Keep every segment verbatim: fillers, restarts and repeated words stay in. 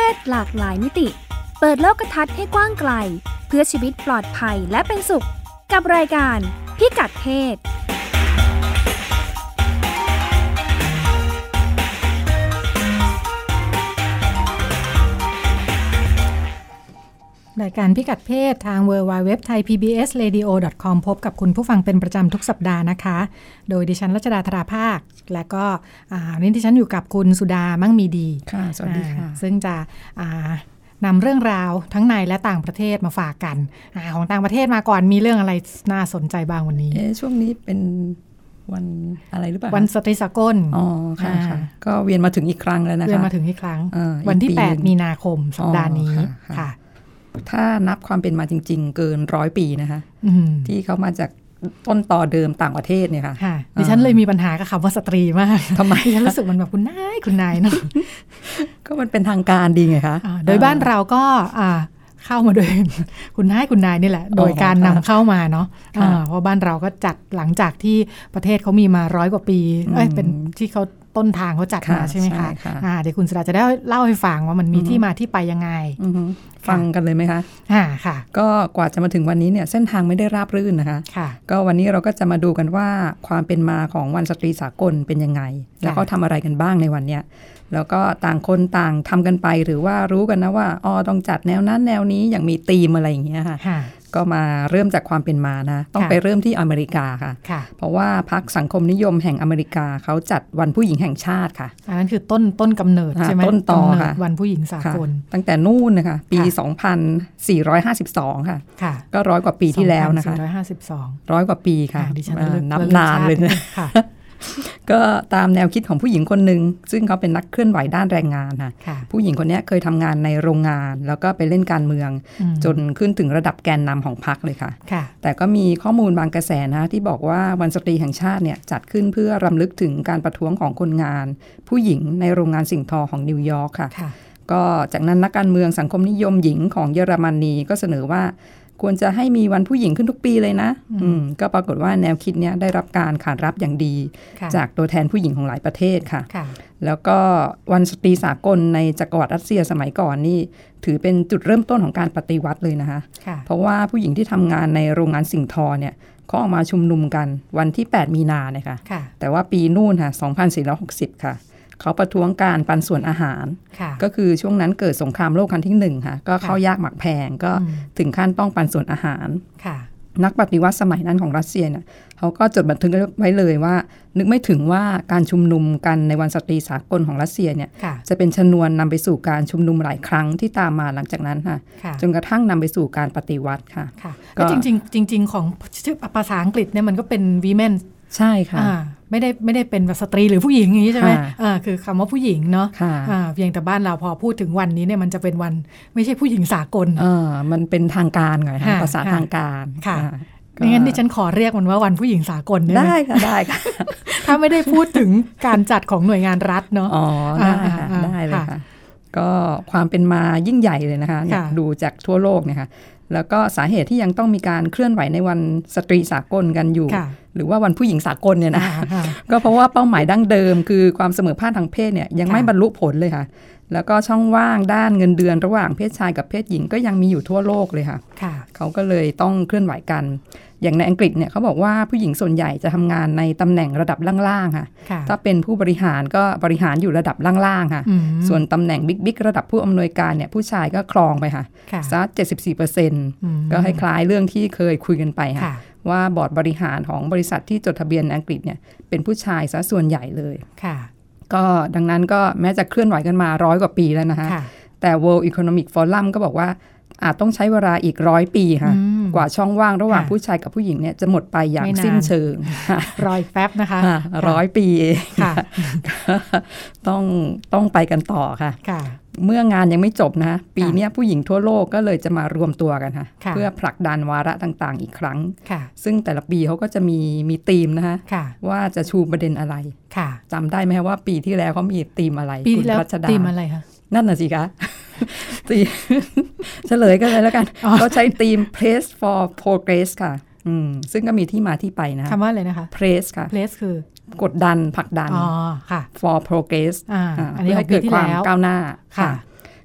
ศหลากหลายมิติเปิดโลกทัศน์ให้กว้างไกลเพื่อชีวิตปลอดภัยและเป็นสุขกับรายการพิกัดเพศรายการพิกัดเพศทาง ดับเบิลยู ดับเบิลยู ดับเบิลยู ดอท ไทย พี บี เอส เรดิโอ ดอท คอม พบกับคุณผู้ฟังเป็นประจำทุกสัปดาห์นะคะโดยดิฉันรัชดาธราภาคและก็วันนี้ดิฉันอยู่กับคุณสุดามั่งมีดีค่ะสวัสดีค่ะซึ่งจะนำเรื่องราวทั้งในและต่างประเทศมาฝากกันของต่างประเทศมาก่อนมีเรื่องอะไรน่าสนใจบ้างวันนี้ช่วงนี้เป็นวันอะไรหรือเปล่าวันสตรีสากลอ๋อค่ะค่ะก็เวียนมาถึงอีกครั้งแล้วนะคะเวียนมาถึงอีกครั้งวันที่แปดมีนาคมสัปดาห์นี้ค่ะถ้านับความเป็นมาจริงๆเกินร้อยปีนะคะที่เขามาจากต้นต่อเดิมต่างประเทศเนี่ยค่ะดิฉันเลยมีปัญหากับคำว่าสตรีมากทำไมดิฉันรู้สึกมันแบบคุณนายคุณนายเนาะก็มันเป็นทางการดีไงคะโดยบ้านเราก็เข้ามาโดยคุณนายคุณนายนี่แหละโดยการนำเข้ามาเนาะเพราะบ้านเราก็จัดหลังจากที่ประเทศเขามีมาร้อยกว่าปีเอ้ยเป็นที่เขาต้นทางเขาจัดมาใช่ไหมคะเดี๋ยวคุณสุดาจะได้เล่าให้ฟังว่ามันมีที่มาที่ไปยังไงฟังกันเลยไหมคะค่ะค่ะก็กว่าจะมาถึงวันนี้เนี่ยเส้นทางไม่ได้ราบรื่นนะคะค่ะก็วันนี้เราก็จะมาดูกันว่าความเป็นมาของวันสตรีสากลเป็นยังไงแล้วก็ทำอะไรกันบ้างในวันเนี้ยแล้วก็ต่างคนต่างทำกันไปหรือว่ารู้กันนะว่าอ๋อต้องจัดแนวนั้นแนวนี้อย่างมีธีมอะไรอย่างเงี้ยค่ะก็มาเริ่มจากความเป็นมานะต้องไปเริ่มที่อเมริกาค่ะเพราะว่าพรรคสังคมนิยมแห่งอเมริกาเขาจัดวันผู้หญิงแห่งชาติค่ะอันนั้นคือต้นต้นกำเนิดใช่ไหมต้นตอค่ะวันผู้หญิงสากลตั้งแต่นู่นนะคะปีสองพันสี่ร้อยห้าสิบสองค่ะก็ร้อยกว่าปีที่แล้วนะคะสองพันสี่ร้อยห้าสิบสองร้อยกว่าปีค่ะนับนานเลยนะก็ตามแนวคิดของผู้หญิงคนหนึ่งซึ่งเขาเป็นนักเคลื่อนไหวด้านแรงงานค่ะผู้หญิงคนนี้เคยทำงานในโรงงานแล้วก็ไปเล่นการเมืองจนขึ้นถึงระดับแกนนำของพรรคเลยค่ะแต่ก็มีข้อมูลบางกระแสนะที่บอกว่าวันสตรีแห่งชาติเนี่ยจัดขึ้นเพื่อรำลึกถึงการประท้วงของคนงานผู้หญิงในโรงงานสิ่งทอของนิวยอร์กค่ะก็จากนั้นนักการเมืองสังคมนิยมหญิงของเยอรมนีก็เสนอว่าควรจะให้มีวันผู้หญิงขึ้นทุกปีเลยนะอืมก็ปรากฏว่าแนวคิดนี้ได้รับการขานรับอย่างดีจากตัวแทนผู้หญิงของหลายประเทศค่ะแล้วก็วันสตรีสากลในจักรวรรดิรัสเซียสมัยก่อนนี่ถือเป็นจุดเริ่มต้นของการปฏิวัติเลยนะคะเพราะว่าผู้หญิงที่ทำงานในโรงงานสิ่งทอเนี่ยเขาออกมาชุมนุมกันวันที่แปดมีนาเนี่ยค่ะแต่ว่าปีนู่นค่ะสองพันสี่ร้อยหกสิบค่ะเขาประท้วงการปันส่วนอาหารก็คือช่วงนั้นเกิดสงครามโลกครั้งที่หนึ่งค่ะก็ข้าวยากหมากแพงก็ถึงขั้นต้องปันส่วนอาหารนักปฏิวัติสมัยนั้นของรัสเซียเนี่ยเขาก็จดบันทึกไว้เลยว่านึกไม่ถึงว่าการชุมนุมกันในวันสตรีสากลของรัสเซียเนี่ยจะเป็นชนวนนำไปสู่การชุมนุมหลายครั้งที่ตามมาหลังจากนั้นค่ะจนกระทั่งนำไปสู่การปฏิวัติค่ะก็จริงๆจริงๆของชื่อภาษาอังกฤษเนี่ยมันก็เป็น women ใช่ค่ะไม่ได้ไม่ได้เป็นสตรีหรือผู้หญิงอย่างนี้ใช่ไหมอ่าคือคำว่าผู้หญิงเนาะอ่าเพียงแต่บ้านเราพอพูดถึงวันนี้เนี่ยมันจะเป็นวันไม่ใช่ผู้หญิงสากลอ่ามันเป็นทางการไงภาษาทางการค่ะไม่งั้นดิฉันขอเรียกมันว่าวันผู้หญิงสากลได้ค่ะได้ค่ะถ้าไม่ได้พูดถึงการจัดของหน่วยงานรัฐเนาะอ๋อได้ค่ะได้เลยค่ะก็ความเป็นมายิ่งใหญ่เลยนะคะดูจากทั่วโลกเนี่ยค่ะแล้วก็สาเหตุที่ยังต้องมีการเคลื่อนไหวในวันสตรีสากลกันอยู่หรือว่าวันผู้หญิงสากลเนี่ยนะก็เพราะว่าเป้าหมายดั้งเดิมคือความเสมอภาคทางเพศเนี่ยยังไม่บรรลุผลเลยค่ะแล้วก็ช่องว่างด้านเงินเดือนระหว่างเพศชายกับเพศหญิงก็ยังมีอยู่ทั่วโลกเลยค่ะเขาก็เลยต้องเคลื่อนไหวกันอย่างในอังกฤษเนี่ยเขาบอกว่าผู้หญิงส่วนใหญ่จะทำงานในตำแหน่งระดับล่างๆค่ะถ้าเป็นผู้บริหารก็บริหารอยู่ระดับล่างๆค่ะส่วนตำแหน่งบิ๊กๆระดับผู้อำนวยการเนี่ยผู้ชายก็ครองไปค่ะสัก เจ็ดสิบสี่เปอร์เซ็นต์ ก็คล้ายๆเรื่องที่เคยคุยกันไปค่ะว่าบอร์ดบริหารของบริษัทที่จดทะเบียนในอังกฤษเนี่ยเป็นผู้ชายซะส่วนใหญ่เลยก็ดังนั้นก็แม้จะเคลื่อนไหวกันมาร้อยกว่าปีแล้วนะคะแต่ World Economic Forum ก็บอกว่าอาจต้องใช้เวลาอีกร้อยปีค่ะกว่าช่องว่างระหว่างผู้ชายกับผู้หญิงเนี่ยจะหมดไปอย่างสิ้นเชิงร้อยแป๊บนะคะร้อยปีเองต้องต้องไปกันต่อค่ะเมื่องานยังไม่จบนะปีนี้ผู้หญิงทั่วโลกก็เลยจะมารวมตัวกันค่ะเพื่อผลักดันวาระต่างๆอีกครั้งซึ่งแต่ละปีเขาก็จะมีมีธีมนะคะว่าจะชูประเด็นอะไรจำได้ไหมว่าปีที่แล้วเขามีธีมอะไรปีที่แล้วธีมอะไรคะนั่นน่ะสิคะตีเฉลยกันเลยแล้วกันก็ใช้ธีม Press for Progress ค่ะอืมซึ่งก็มีที่มาที่ไปนะคำว่าอะไรนะคะ Press ค่ะ Press คือกดดันผลักดันอ๋อค่ะ for Progress อ่าอันนี้ให้เกิดความก้าวหน้าค่ะ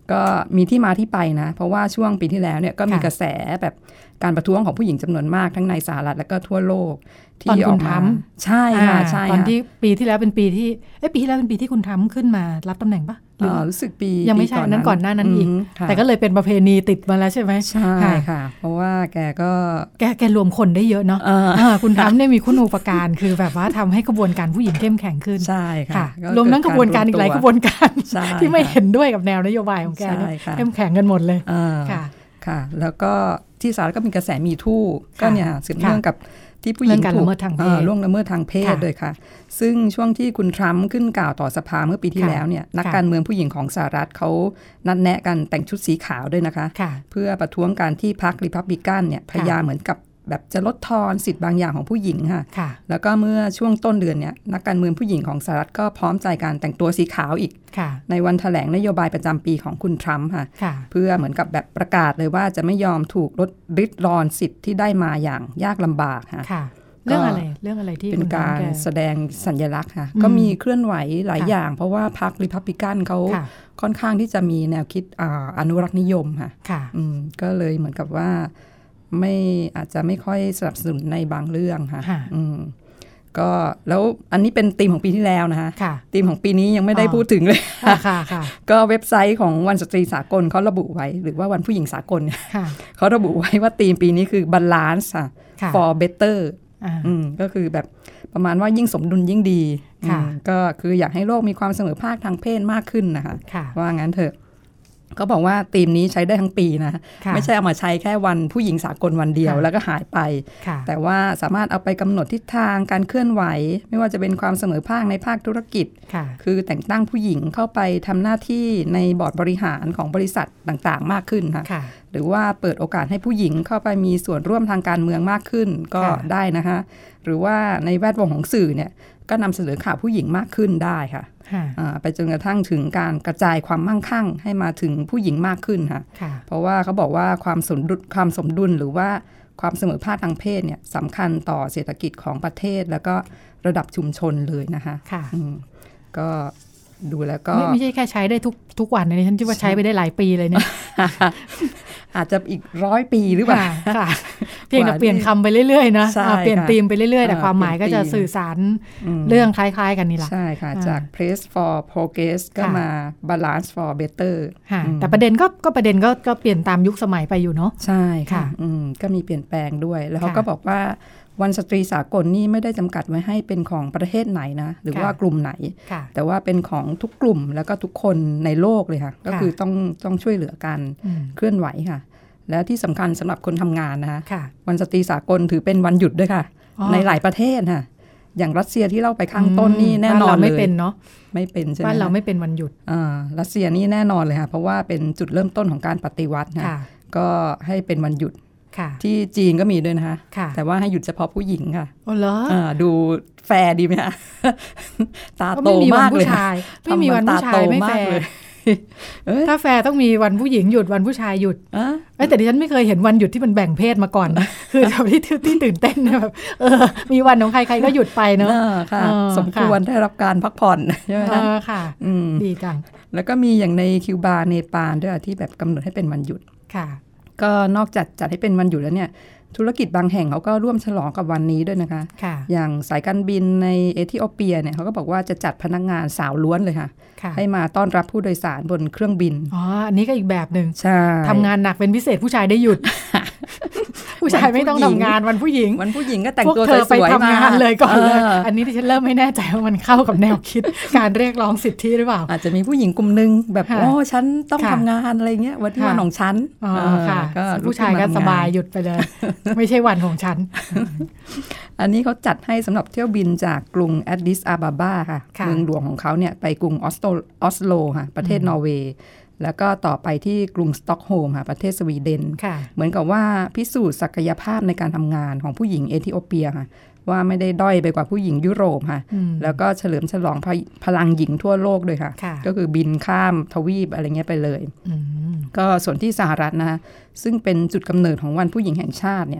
ก็มีที่มาที่ไปนะเพราะว่าช่วงปีที่แล้วเนี่ยก็มีกระแสแบบการประท้วงของผู้หญิงจำนวนมากทั้งในสหรัฐและก็ทั่วโลกที่ออกมาใช่ค่ะใช่ตอนที่ปีที่แล้วเป็นปีที่เอ้ปีที่แล้วเป็นปีที่คุณทรัมป์ขึ้นมารับตำแหน่งปะรู้สึกปียังไม่ใช่นั้นก่อนหน้านั้นอีกแต่ก็เลยเป็นประเพณีติดมาแล้วใช่ไหมใช่ค่ะเพราะว่าแกก็แกแกรวมคนได้เยอะเนาะคุณทรัมป์เนี่ยมีคุณูปการคือแบบว่าทำให้กระบวนการผู้หญิงเข้มแข็งขึ้นใช่ค่ะรวมทั้งกระบวนการอีกหลายกระบวนการที่ไม่เห็นด้วยกับแนวนโยบายของแกเข้มแข็งกันหมดเลยค่ะค่ะแล้วก็ที่สหรัฐก็มีกระแสมีทู่ก็เนี่ยสืบเนื่องกับที่ผู้หญิงถูกล่วงละเมิดทางเพศเลยค่ะซึ่งช่วงที่คุณทรัมป์ขึ้นกล่าวต่อสภาเมื่อปีที่แล้วเนี่ยนักการเมืองผู้หญิงของสหรัฐเขานัดแนะกันแต่งชุดสีขาวด้วยนะคะเพื่อประท้วงการที่พรรครีพับลิกันเนี่ยพยายามเหมือนกับแบบจะลดทอนสิทธิ์บางอย่างของผู้หญิงค่ะแล้วก็เมื่อช่วงต้นเดือนเนี่ยนักการเมืองผู้หญิงของสหรัฐก็พร้อมใจการแต่งตัวสีขาวอีกในวันแถลงนโยบายประจำปีของคุณทรัมป์ค่ะเพื่อเหมือนกับแบบประกาศเลยว่าจะไม่ยอมถูกลดริดรอนสิทธิ์ที่ได้มาอย่างยากลำบากค่ะเรื่องอะไรเรื่องอะไรที่เป็นการแสดงสัญลักษณ์ค่ะก็มีเคลื่อนไหวหลายอย่างเพราะว่าพรรครีพับลิกันเขาค่อนข้างที่จะมีแนวคิด อ, อนุรักษ์นิยมค่ะก็เลยเหมือนกับว่าไม่อาจจะไม่ค่อยสนับสนุนในบางเรื่องค่ะก็แล้วอันนี้เป็นธีมของปีที่แล้วนะคะธีมของปีนี้ยังไม่ได้พูดถึงเลยก็เว็บไซต์ของวันสตรีสากลเขาระบุไว้หรือว่าวันผู้หญิงสากลเขาระบุไว้ว่าธีมปีนี้คือ balance for better ก็คือแบบประมาณว่ายิ่งสมดุลยิ่งดีก็คืออยากให้โลกมีความเสมอภาคทางเพศมากขึ้นนะคะว่างั้นเถอะก็บอกว่าธีมนี้ใช้ได้ทั้งปีนะไม่ใช่เอามาใช้แค่วันผู้หญิงสากลวันเดียวแล้วก็หายไปแต่ว่าสามารถเอาไปกำหนดทิศทางการเคลื่อนไหวไม่ว่าจะเป็นความเสมอภาคในภาคธุรกิจคือแต่งตั้งผู้หญิงเข้าไปทำหน้าที่ในบอร์ดบริหารของบริษัทต่างๆมากขึ้นค่ะหรือว่าเปิดโอกาสให้ผู้หญิงเข้าไปมีส่วนร่วมทางการเมืองมากขึ้นก็ได้นะคะหรือว่าในแวดวงของสื่อเนี่ยก็นำเสนอข่าวผู้หญิงมากขึ้นได้ค่ะไปจนกระทั่งถึงการกระจายความมั่งคั่งให้มาถึงผู้หญิงมากขึ้นค่ะเพราะว่าเขาบอกว่าความสมดุลความสมดุลหรือว่าความเสมอภาคทางเพศเนี่ยสำคัญต่อเศรษฐกิจของประเทศแล้วก็ระดับชุมชนเลยนะคะก็ดูแล้วก็ไ, ไม่ใช่แค่ใช้ได้ทุกทุกวันนะฉันคิดว่าใช้ไปได้หลายปีเลยเนี่ยอาจจะอีกร้อยปีหรือเปล่าเพียงแต่เปลี่ยนคำไปเรื่อยๆนะเปลี่ยนธีมไปเรื่อยๆแต่ความหมายก็จะสื่อสารเรื่องคล้ายๆกันนี่แหละใช่ค่ะจาก Press for Progress ก็มา Balance for Better แต่ประเด็นก็ก็ประเด็นก็ก็เปลี่ยนตามยุคสมัยไปอยู่เนาะใช่ค่ะก็มีเปลี่ยนแปลงด้วยแล้วเขาก็บอกว่าวันสตรีสากลนี่ไม่ได้จำกัดไว้ให้เป็นของประเทศไหนนะหรือว่ากลุ่มไหนแต่ว่าเป็นของทุกกลุ่มแล้วก็ทุกคนในโลกเลยค่ะก็คือต้องต้องช่วยเหลือกันเคลื่อนไหวค่ะแล้วที่สำคัญสำหรับคนทำงานนะคะวันสตรีสากลถือเป็นวันหยุดด้วยค่ะในหลายประเทศค่ะอย่างรัสเซียที่เล่าไปข้างต้นนี่แน่นอนเลยไม่เป็นเนาะไม่เป็นใช่ไหมบ้านเราไม่เป็นวันหยุดอ่ารัสเซียนี่แน่นอนเลยค่ะเพราะว่าเป็นจุดเริ่มต้นของการปฏิวัติค่ะก็ให้เป็นวันหยุดที่จีนก็มีด้วยนะคะแต่ว่าให้หยุดเฉพาะผู้หญิงค่ะอ๋อเหรอดูแฟร์ดีไหมคะตาโตมากเลยไม่มีวันผู้ชายไม่แฟร์ถ้าแฟร์ต้องมีวันผู้หญิงหยุดวันผู้ชายหยุดแต่ดิฉันไม่เคยเห็นวันหยุดที่มันแบ่งเพศมาก่อนนะคือแบบที่ที่ตื่นเต้นแบบเออมีวันของใครใครก็หยุดไปเนอะสมควรได้รับการพักผ่อนใช่ไหมคะค่ะดีจังแล้วก็มีอย่างในคิวบาเนปาลด้วยที่แบบกำหนดให้เป็นวันหยุดค่ะก็นอกจากจัดให้เป็นวันหยุดแล้วเนี่ยธุรกิจบางแห่งเขาก็ร่วมฉลองกับวันนี้ด้วยนะคะอย่างสายการบินในเอธิโอเปียเนี่ยเขาก็บอกว่าจะจัดพนักงานสาวล้วนเลยค่ะให้มาต้อนรับผู้โดยสารบนเครื่องบินอ๋ออันนี้ก็อีกแบบหนึ่งใช่ทำงานหนักเป็นพิเศษผู้ชายได้หยุด ผู้ชายไม่ต้องทำงานวันผู้หญิงวันผู้หญิงก็แต่งตัวสวยๆมาเลยก่อนเลยอันนี้ที่ฉันเริ่มไม่แน่ใจว่ามันเข้ากับแนวคิดการเรียกร้องสิทธิหรือเปล่าอาจจะมีผู้หญิงกลุ่มนึงแบบโอ้ฉันต้องทำงานอะไรเงี้ยวันที่วันของฉันผู้ชายก็สบายหยุดไปเลยไม่ใช่วันของฉันอันนี้เขาจัดให้สำหรับเที่ยวบินจากกรุงแอดดิสอาบาบาค่ะเมืองหลวงของเขาเนี่ยไปกรุงออสโตออสโลค่ะประเทศนอร์เวย์แล้วก็ต่อไปที่กรุงสต็อกโฮล์มค่ะประเทศสวีเดนเหมือนกับว่าพิสูจน์ศักยภาพในการทำงานของผู้หญิงเอธิโอเปียค่ะว่าไม่ได้ด้อยไปกว่าผู้หญิงยุโรปค่ะแล้วก็เฉลิมฉลองพลังหญิงทั่วโลกด้วยค่ะก็คือบินข้ามทวีปอะไรเงี้ยไปเลยก็ส่วนที่สหรัฐนะซึ่งเป็นจุดกำเนิดของวันผู้หญิงแห่งชาติเนี่ย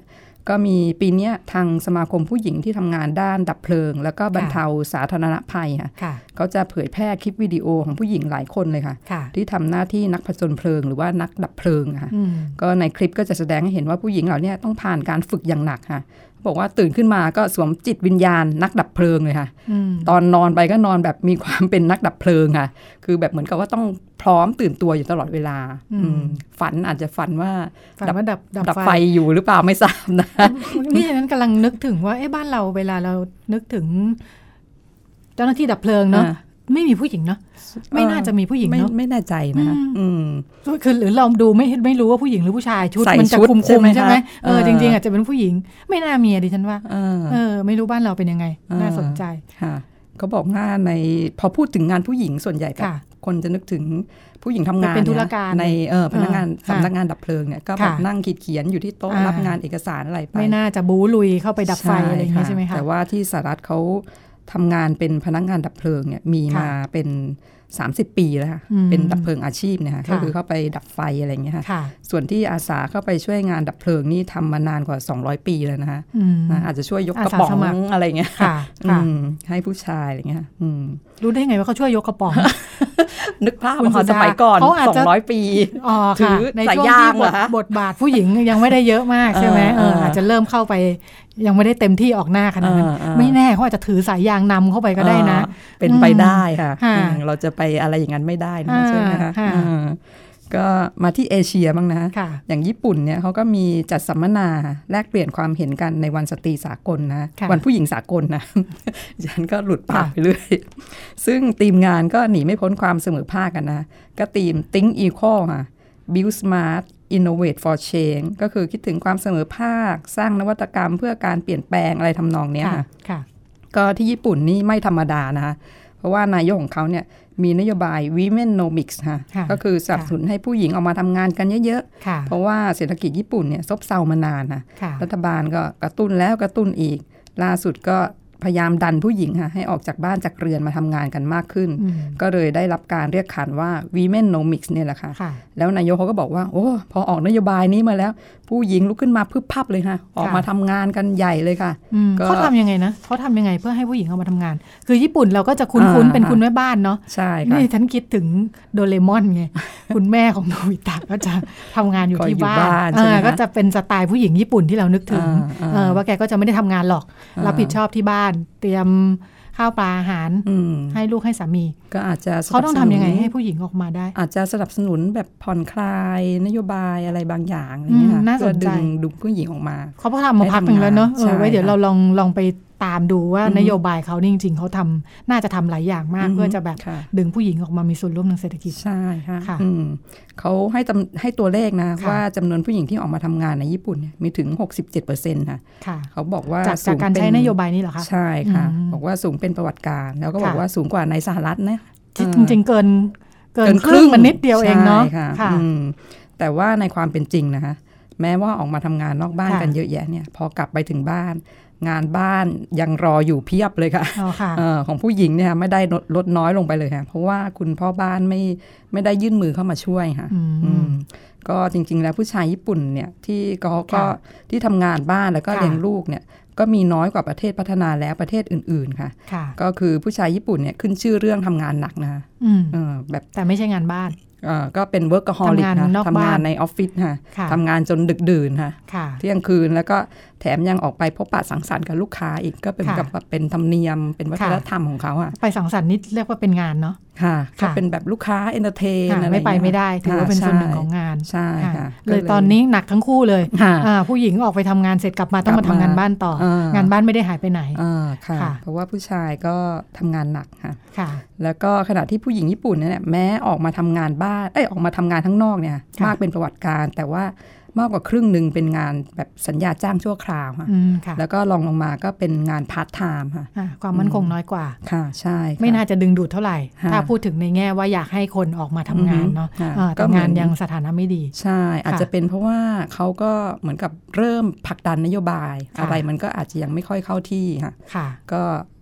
ก็มีปีนี้ทางสมาคมผู้หญิงที่ทำงานด้านดับเพลิงแล้วก็บรรเทาสาธารณภัยค่ะเขาจะเผยแพร่คลิปวิดีโอของผู้หญิงหลายคนเลยค่ะที่ทำหน้าที่นักผจญเพลิงหรือว่านักดับเพลิงค่ะก็ในคลิปก็จะแสดงให้เห็นว่าผู้หญิงเหล่านี้ต้องผ่านการฝึกอย่างหนักค่ะบอกว่าตื่นขึ้นมาก็สวมจิตวิญญาณนักดับเพลิงเลยค่ะตอนนอนไปก็นอนแบบมีความเป็นนักดับเพลิงค่ะคือแบบเหมือนกับว่าต้องพร้อมตื่นตัวอยู่ตลอดเวลาฝันอาจจะฝันว่าดับดับดับไฟอยู่หรือเปล่าไม่ทราบนะนี่ฉะนั้นกำลังนึกถึงว่าเอ๊ะบ้านเราเวลาเรานึกถึงเจ้าหน้าที่ดับเพลิงเนาะไม่มีผู้หญิงเนาะไม่น่าจะมีผู้หญิงเนาะไม่แน่ใจนะคะคือหรือเราดูไม่ไม่รู้ว่าผู้หญิงหรือผู้ชายชุดมันจะคุมคุมใช่ไหมเออจริงๆอาจจะเป็นผู้หญิงไม่น่ามีดิฉันว่าเออไม่รู้บ้านเราเป็นยังไงน่าสนใจค่ะเขาบอกว่าในพอพูดถึงงานผู้หญิงส่วนใหญ่แบบคนจะนึกถึงผู้หญิงทำงานเป็นธุรการในเออพนักงานสำนักงานดับเพลิงเนี่ยก็แบบนั่งขีดเขียนอยู่ที่โต๊ะรับงานเอกสารอะไรไปไม่น่าจะบู๊ลุยเข้าไปดับไฟอะไรอย่างนี้ใช่ไหมคะแต่ว่าที่สหรัฐเขาทำงานเป็นพนักงานดับเพลิงเนี่ยมีมาเป็นสามสิบปีแล้วค่ะเป็นดับเพลิงอาชีพเนี่ยค่ะก็คือเข้าไปดับไฟอะไรอย่างเงี้ยค่ะส่วนที่อาสาเข้าไปช่วยงานดับเพลิงนี่ทำมานานกว่าสองร้อยปีแล้วนะคะอาจจะช่วยยกกระป๋องอะไรเงี้ยให้ผู้ชายอะไรเงี้ยรู้ได้ไงว่าเขาช่วยยกกระป๋องนึกภาพว่าสมัยก่อนสองร้อยปีถือในช่วงที่บทบาทผู้หญิงยังไม่ได้เยอะมากใช่ไหมอาจจะเริ่มเข้าไปยังไม่ได้เต็มที่ออกหน้าขนาดนั้นไม่แน่เขาอาจจะถือสายยางนำเข้าไปก็ได้นะเป็นไปได้ค่ะเราจะไปอะไรอย่างนั้นไม่ได้นะใช่ไหมคะก็มาที่เอเชียบ้างนะอย่างญี่ปุ่นเนี่ยเขาก็มีจัดสัมมนาแลกเปลี่ยนความเห็นกันในวันสตรีสากลนะวันผู้หญิงสากลนะฉันก็หลุดปากไปเรื่อยซึ่งทีมงานก็หนีไม่พ้นความเสมอภาคกันนะก็ทีม Think Equal ค่ะ Build Smart Innovate for Change ก็คือคิดถึงความเสมอภาคสร้างนวัตกรรมเพื่อการเปลี่ยนแปลงอะไรทำนองนี้ค่ะก็ที่ญี่ปุ่นนี่ไม่ธรรมดานะคะเพราะว่านายกของเขาเนี่ยมีนโยบาย Womenomics ค่ะก็คือสนับสนุนให้ผู้หญิงออกมาทำงานกันเยอะๆเพราะว่าเศรษฐกิจญี่ปุ่นเนี่ยซบเซามานานนะรัฐบาลก็กระตุ้นแล้วกระตุ้นอีกล่าสุดก็พยายามดันผู้หญิงค่ะให้ออกจากบ้านจากเรือนมาทำงานกันมากขึ้นก็เลยได้รับการเรียกขานว่า Womenomics เนี่ยแหละค่ะแล้วนายกเขาก็บอกว่าโอ้พอออกนโยบายนี้มาแล้วผู้หญิงลุกขึ้นมาพึบพับเลยค่ะออกมาทำงานกันใหญ่เลยค่ะเขาทำยังไงนะเขาทำยังไงเพื่อให้ผู้หญิงออกมาทำงานคือญี่ปุ่นเราก็จะคุ้นๆเป็นคุณแม่บ้านเนาะใช่ค่ะนี่ฉันคิดถึงโดเรมอนไงคุณแม่ของโนบิตะก็จะทำงานอยู่ที่บ้านก็จะเป็นสไตล์ผู้หญิงญี่ปุ่นที่เรานึกถึงว่าแกก็จะไม่ได้ทำงานหรอกรับผิดชอบที่บ้านเตรียมข้าวปลาอาหารให้ลูกให้สามีก็อาจจะเขาต้องทำยังไงให้ผู้หญิงออกมาได้อาจจะสนับสนุนแบบผ่อนคลายนโยบายอะไรบางอย่างอะไรเงี้ยค่ะน่าสนใจดึงผู้หญิงออกมาเขาพอทำมาพักหนึ่งแล้วเนาะไว้เดี๋ยวเราลองลองไปตามดูว่านโยบายเขาจริงๆเขาทำน่าจะทำหลายอย่างมากเพื่อจะแบบดึงผู้หญิงออกมามีส่วนร่วมทางเศรษฐกิจใช่ค่ะเขาให้ให้ตัวเลขนะว่าจำนวนผู้หญิงที่ออกมาทำงานในญี่ปุ่นเนี่ยมีถึง หกสิบเจ็ดเปอร์เซ็นต์ ค่ะเขาบอกว่าจากการใช้นโยบายนี้เหรอคะใช่ค่ะบอกว่าสูงเป็นประวัติการแล้วก็บอกว่าสูงกว่าในสหรัฐนะจริงๆเกินเกินครึ่งมันนิดเดียวเองเนาะค่ะแต่ว่าในความเป็นจริงนะคะแม้ว่าออกมาทำงานนอกบ้านกันเยอะแยะเนี่ยพอกลับไปถึงบ้านงานบ้านยังรออยู่เพียบเลยค่ะ อ, อของผู้หญิงเนี่ยไม่ได้ลดน้อยลงไปเลยค่ะเพราะว่าคุณพ่อบ้านไม่ไม่ได้ยื่นมือเข้ามาช่วยค่ะก็จริงๆแล้วผู้ชายญี่ปุ่นเนี่ยที่เขาก็ที่ทำงานบ้านแล้วก็เลี้ยงลูกเนี่ยก็มีน้อยกว่าประเทศพัฒนาแล้วประเทศอื่นๆค่ะก็คือผู้ชายญี่ปุ่นเนี่ยขึ้นชื่อเรื่องทำงานหนักนะแบบแต่ไม่ใช่งานบ้านก็เป็น workaholic นะทำงานในออฟฟิศค่ะทำงานจนดึกดื่นค่ะเที่ยงคืนแล้วก็แถมยังออกไปพบปะสังสรรค์กับลูกค้าอีกก็เป็นกับเป็นธรรมเนียมเป็นวัฒนธรรมของเขาอ่ะไปสังสรรค์นี่เรียกว่าเป็นงานเนาะค่ะก็เป็นแบบลูกค้าเอนเตอร์เทนอะไรไม่ไปไม่ได้ถือว่าเป็นส่วนหนึ่งของงานใช่ค่ะเลยตอนนี้หนักทั้งคู่เลยผู้หญิงออกไปทำงานเสร็จกลับมาต้องมาทำงานบ้านต่องานบ้านไม่ได้หายไปไหนค่ะเพราะว่าผู้ชายก็ทำงานหนักค่ะแล้วก็ขณะที่ผู้หญิงญี่ปุ่นเนี่ยแม้ออกมาทำงานบ้านเอ้ยออกมาทำงานข้างนอกเนี่ยมากเป็นประวัติการแต่ว่ามากกว่าครึ่งหนึ่งเป็นงานแบบสัญญาจ้างชั่วคราวค่ะแล้วก็ลองลงมาก็เป็นงานพาร์ทไทม์ค่ะความมั่นคงน้อยกว่าค่ะใช่ไม่น่าจะดึงดูดเท่าไหร่ถ้าพูดถึงในแง่ว่าอยากให้คนออกมาทำงานเนาะแต่งานยังสถานะไม่ดีใช่อาจจะเป็นเพราะว่าเขาก็เหมือนกับเริ่มผลักดันนโยบายอะไรมันก็อาจจะยังไม่ค่อยเข้าที่ค่ะก็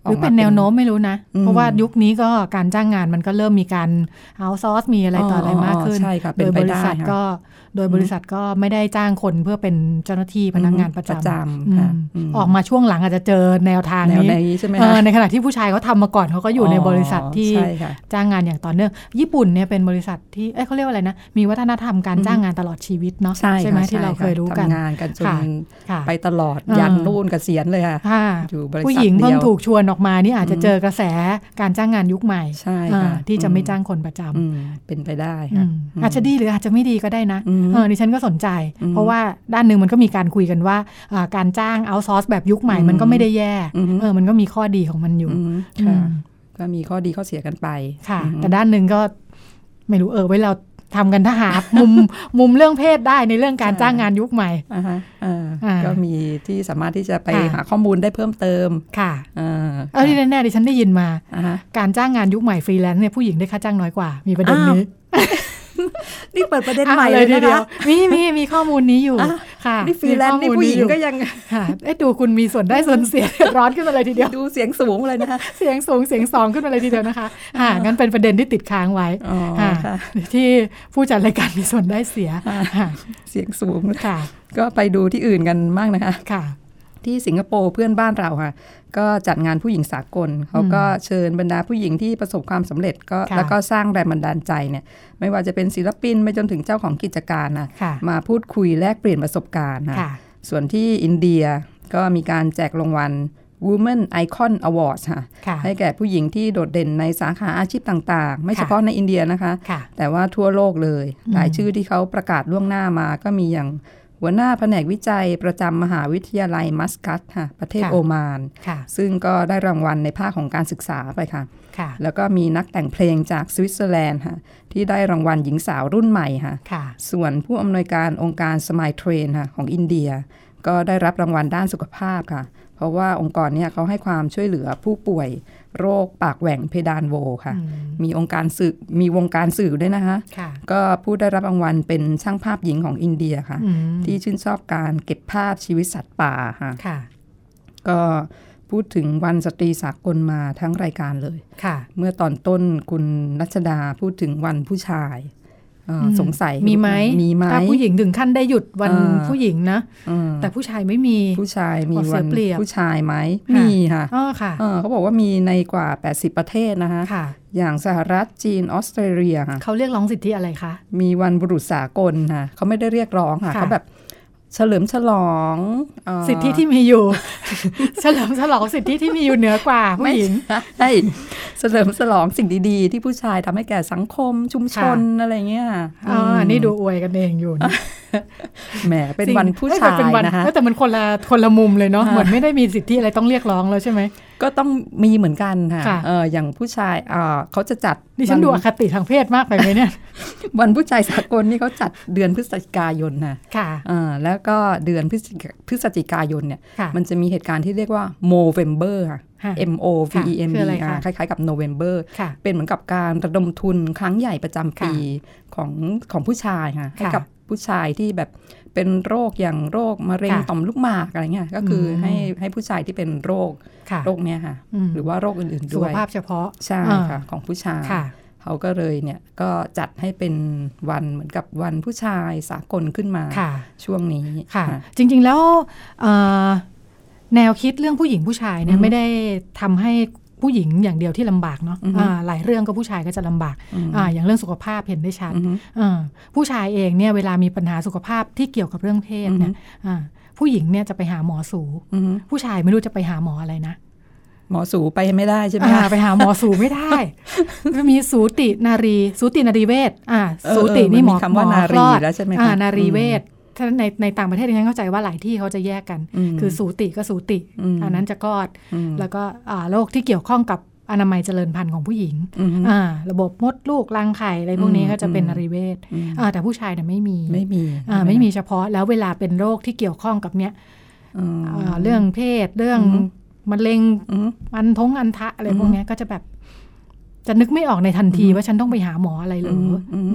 หรือเป็นแนวโน้มไม่รู้นะเพราะว่ายุคนี้ก็การจ้างงานมันก็เริ่มมีการเอาซอร์สมีอะไรต่ออะไรมากขึ้นโดยบริษัทก็โดยบริษัทก็ไม่ได้จ้างคนเพื่อเป็นเจ้าหน้าที่พนักงานประจำออกมาช่วงหลังอาจจะเจอแนวทางนี้ในขณะที่ผู้ชายเขาทำมาก่อนเขาก็อยู่ในบริษัทที่จ้างงานอย่างต่อเนื่องญี่ปุ่นเนี่ยเป็นบริษัทที่เอ้ยเขาเรียกว่าอะไรนะมีวัฒนธรรมการจ้างงานตลอดชีวิตเนาะใช่ไหมที่เราเคยรู้กันทำงานกันจนไปตลอดยันนู่นเกษียณเลยค่ะผู้หญิงเพิ่งถูกชวนออกมานี่อาจจะเจอกระแสการจ้างงานยุคใหม่ที่จะไม่จ้างคนประจำเป็นไปได้อาจจะดีหรืออาจจะไม่ดีก็ได้นะเออดิฉันก็สนใจเพราะว่าด้านหนึ่งมันก็มีการคุยกันว่าการจ้างเอาท์ซอร์สแบบยุคใหม่มันก็ไม่ได้แย่เออมันก็มีข้อดีของมันอยู่ก็มีข้อดีข้อเสียกันไปค่ะแต่ด้านหนึ่งก็ไม่รู้เออไว้เราทำกันถ้าหามุมมุมเรื่องเพศได้ในเรื่องการจ้างงานยุคใหม่ก็มีที่สามารถที่จะไปหาข้อมูลได้เพิ่มเติมค่ะเออที่แน่ๆดิฉันได้ยินมาการจ้างงานยุคใหม่ฟรีแลนซ์เนี่ยผู้หญิงได้ค่าจ้างน้อยกว่ามีประเด็นนี้นี่เปิดประเด็นใหม่เลยนะคะมีมีมีข้อมูลนี้อยู่ค่ะนี่ฟรีแลนซ์นี่ผู้หญิงก็ยังค่ะเอ๊ะดูคุณมีส่วนได้ส่วนเสียร้อนขึ้นมาเลยทีเดียวดูเสียงสูงเลยนะคะเสียงสูงเสียงสองขึ้นมาเลยทีเดียวนะคะอ่างั้นเป็นประเด็นที่ติดค้างไว้ที่ผู้จัดรายการมีส่วนได้เสียเสียงสูงค่ะก็ไปดูที่อื่นกันมากนะคะค่ะที่สิงคโปร์เพื่อนบ้านเราค่ะก็จัดงานผู้หญิงสากลเขาก็เชิญบรรดาผู้หญิงที่ประสบความสำเร็จก็แล้วก็สร้างแรงบันดาลใจเนี่ยไม่ว่าจะเป็นศิลปินไปจนถึงเจ้าของกิจการนะมาพูดคุยแลกเปลี่ยนประสบการณ์นะส่วนที่อินเดียก็มีการแจกรางวัล Women Icon Awards ค่ะให้แก่ผู้หญิงที่โดดเด่นในสาขาอาชีพต่างๆไม่เฉพาะในอินเดียนะคะแต่ว่าทั่วโลกเลยหลายชื่อที่เขาประกาศล่วงหน้ามาก็มีอย่างหัวหน้าแผนกวิจัยประจำมหาวิทยาลัยมัสกัตค่ะประเทศโอมานซึ่งก็ได้รางวัลในภาคของการศึกษาไปค่ะแล้วก็มีนักแต่งเพลงจากสวิตเซอร์แลนด์ค่ะที่ได้รางวัลหญิงสาวรุ่นใหม่ค่ะส่วนผู้อำนวยการองค์การสมายเทรนค่ะของอินเดียก็ได้รับรางวัลด้านสุขภาพค่ะเพราะว่าองค์กรเนี่ยเขาให้ความช่วยเหลือผู้ป่วยโรคปากแหว่งเพดานโหวค่ะมีองค์การสื่อมีวงการสื่อด้วยนะคะก็ผู้ได้รับรางวัลเป็นช่างภาพหญิงของอินเดียค่ะที่ชื่นชอบการเก็บภาพชีวิตสัตว์ป่าค่ะก็พูดถึงวันสตรีสากลมาทั้งรายการเลยเมื่อตอนต้นคุณรัชดาพูดถึงวันผู้ชายสงสัยมีไหมมีไหมถ้าผู้หญิงถึงขั้นได้หยุดวันผู้หญิงนะแต่ผู้ชายไม่มีผู้ชายมีวันผู้ชายไหมมีค่ะเขาบอกว่ามีในกว่าแปดสิบประเทศนะคะอย่างสหรัฐจีนออสเตรเลียค่ะเขาเรียกร้องสิทธิอะไรคะมีวันบุรุษสากลค่ะเขาไม่ได้เรียกร้องค่ะเขาแบบเฉลิมฉลองสิทธิที่มีอยู่เฉลิมฉลองสิทธิที่มีอยู่เหนือกว่าผู้หญิงใช่เฉลิมฉลองสิ่งดีๆที่ผู้ชายทำให้แก่สังคมชุมชนอะไรเงี้ยอ๋อนี่ดูอวยกันเองอยู่นะแหมเป็นวันผู้ชายนะคะแต่มันคนละคนละมุมเลยเนาะเหมือนไม่ได้มีสิทธิอะไรต้องเรียกร้องแล้วใช่ไหมก็ต้องมีเหมือนกันค่ะเอออย่างผู้ชายเออเขาจะจัดดิฉันดูอคติทางเพศมากไปไหมเนี่ยวันผู้ชายสากลนี่เขาจัดเดือนพฤศจิกายนนะค่ะอ่าแล้วก็เดือนพฤศจิกายนเนี่ยมันจะมีเหตุการณ์ที่เรียกว่า Movember ค่ะ M O V E M B คล้ายๆกับ November เป็นเหมือนกับการระดมทุนครั้งใหญ่ประจำปีของของผู้ชายค่ะให้กับผู้ชายที่แบบเป็นโรคอย่างโรคมะเร็งต่อมลูกหมากอะไรเงี้ยก็คือให้ให้ผู้ชายที่เป็นโรคโรคเนี้ยค่ะหรือว่าโรคอื่นๆด้วยสุขภาพเฉพาะใช่ค่ะของผู้ชายเขาก็เลยเนี่ยก็จัดให้เป็นวันเหมือนกับวันผู้ชายสากลขึ้นมาช่วงนี้ค่ะจริงๆแล้วแนวคิดเรื่องผู้หญิงผู้ชายเนี่ยไม่ได้ทำให้ผู้หญิงอย่างเดียวที่ลำบากเนาะหลายเรื่องก็ผู้ชายก็จะลำบากออย่างเรื่องสุขภาพเห็นได้ชัดผู้ชายเองเนี่ยเวลามีปัญหาสุขภาพที่เกี่ยวกับเรื่องเพศเนี่ยผู้หญิงเนี่ยจะไปหาหมอสูผู้ชายไม่รู้จะไปหาหมออะไรนะหมอสูไปไม่ได้ใช่ไหมไปหาหมอสูไม่ได้มีสูตินารีสูตินารีเวชสูตินี่หมอคำว่านารีแล้วใช่ไหมคะนารีเวชถ้าในในต่างประเทศฉันเข้าใจว่าหลายที่เขาจะแยกกันคือสูติก็สูติอันนั้นจะคลอดแล้วก็โรคที่เกี่ยวข้องกับอนามัยเจริญพันธุ์ของผู้หญิงระบบมดลูกรังไข่อะไรพวกนี้ก็จะเป็นนารีเวชแต่ผู้ชายเนี่ยไม่มีไม่มีไม่มีเฉพาะแล้วเวลาเป็นโรคที่เกี่ยวข้องกับเนี้ยเรื่องเพศเรื่องมะเร็งอันท้องอันทะอะไรพวกนี้ก็จะแบบจะนึกไม่ออกในทันทีว่าฉันต้องไปหาหมออะไรหรือ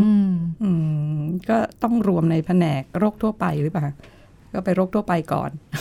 ก็ต้องรวมในแผนกโรคทั่วไปหรือเปล่าก็ไปโรคทั่วไปก่อน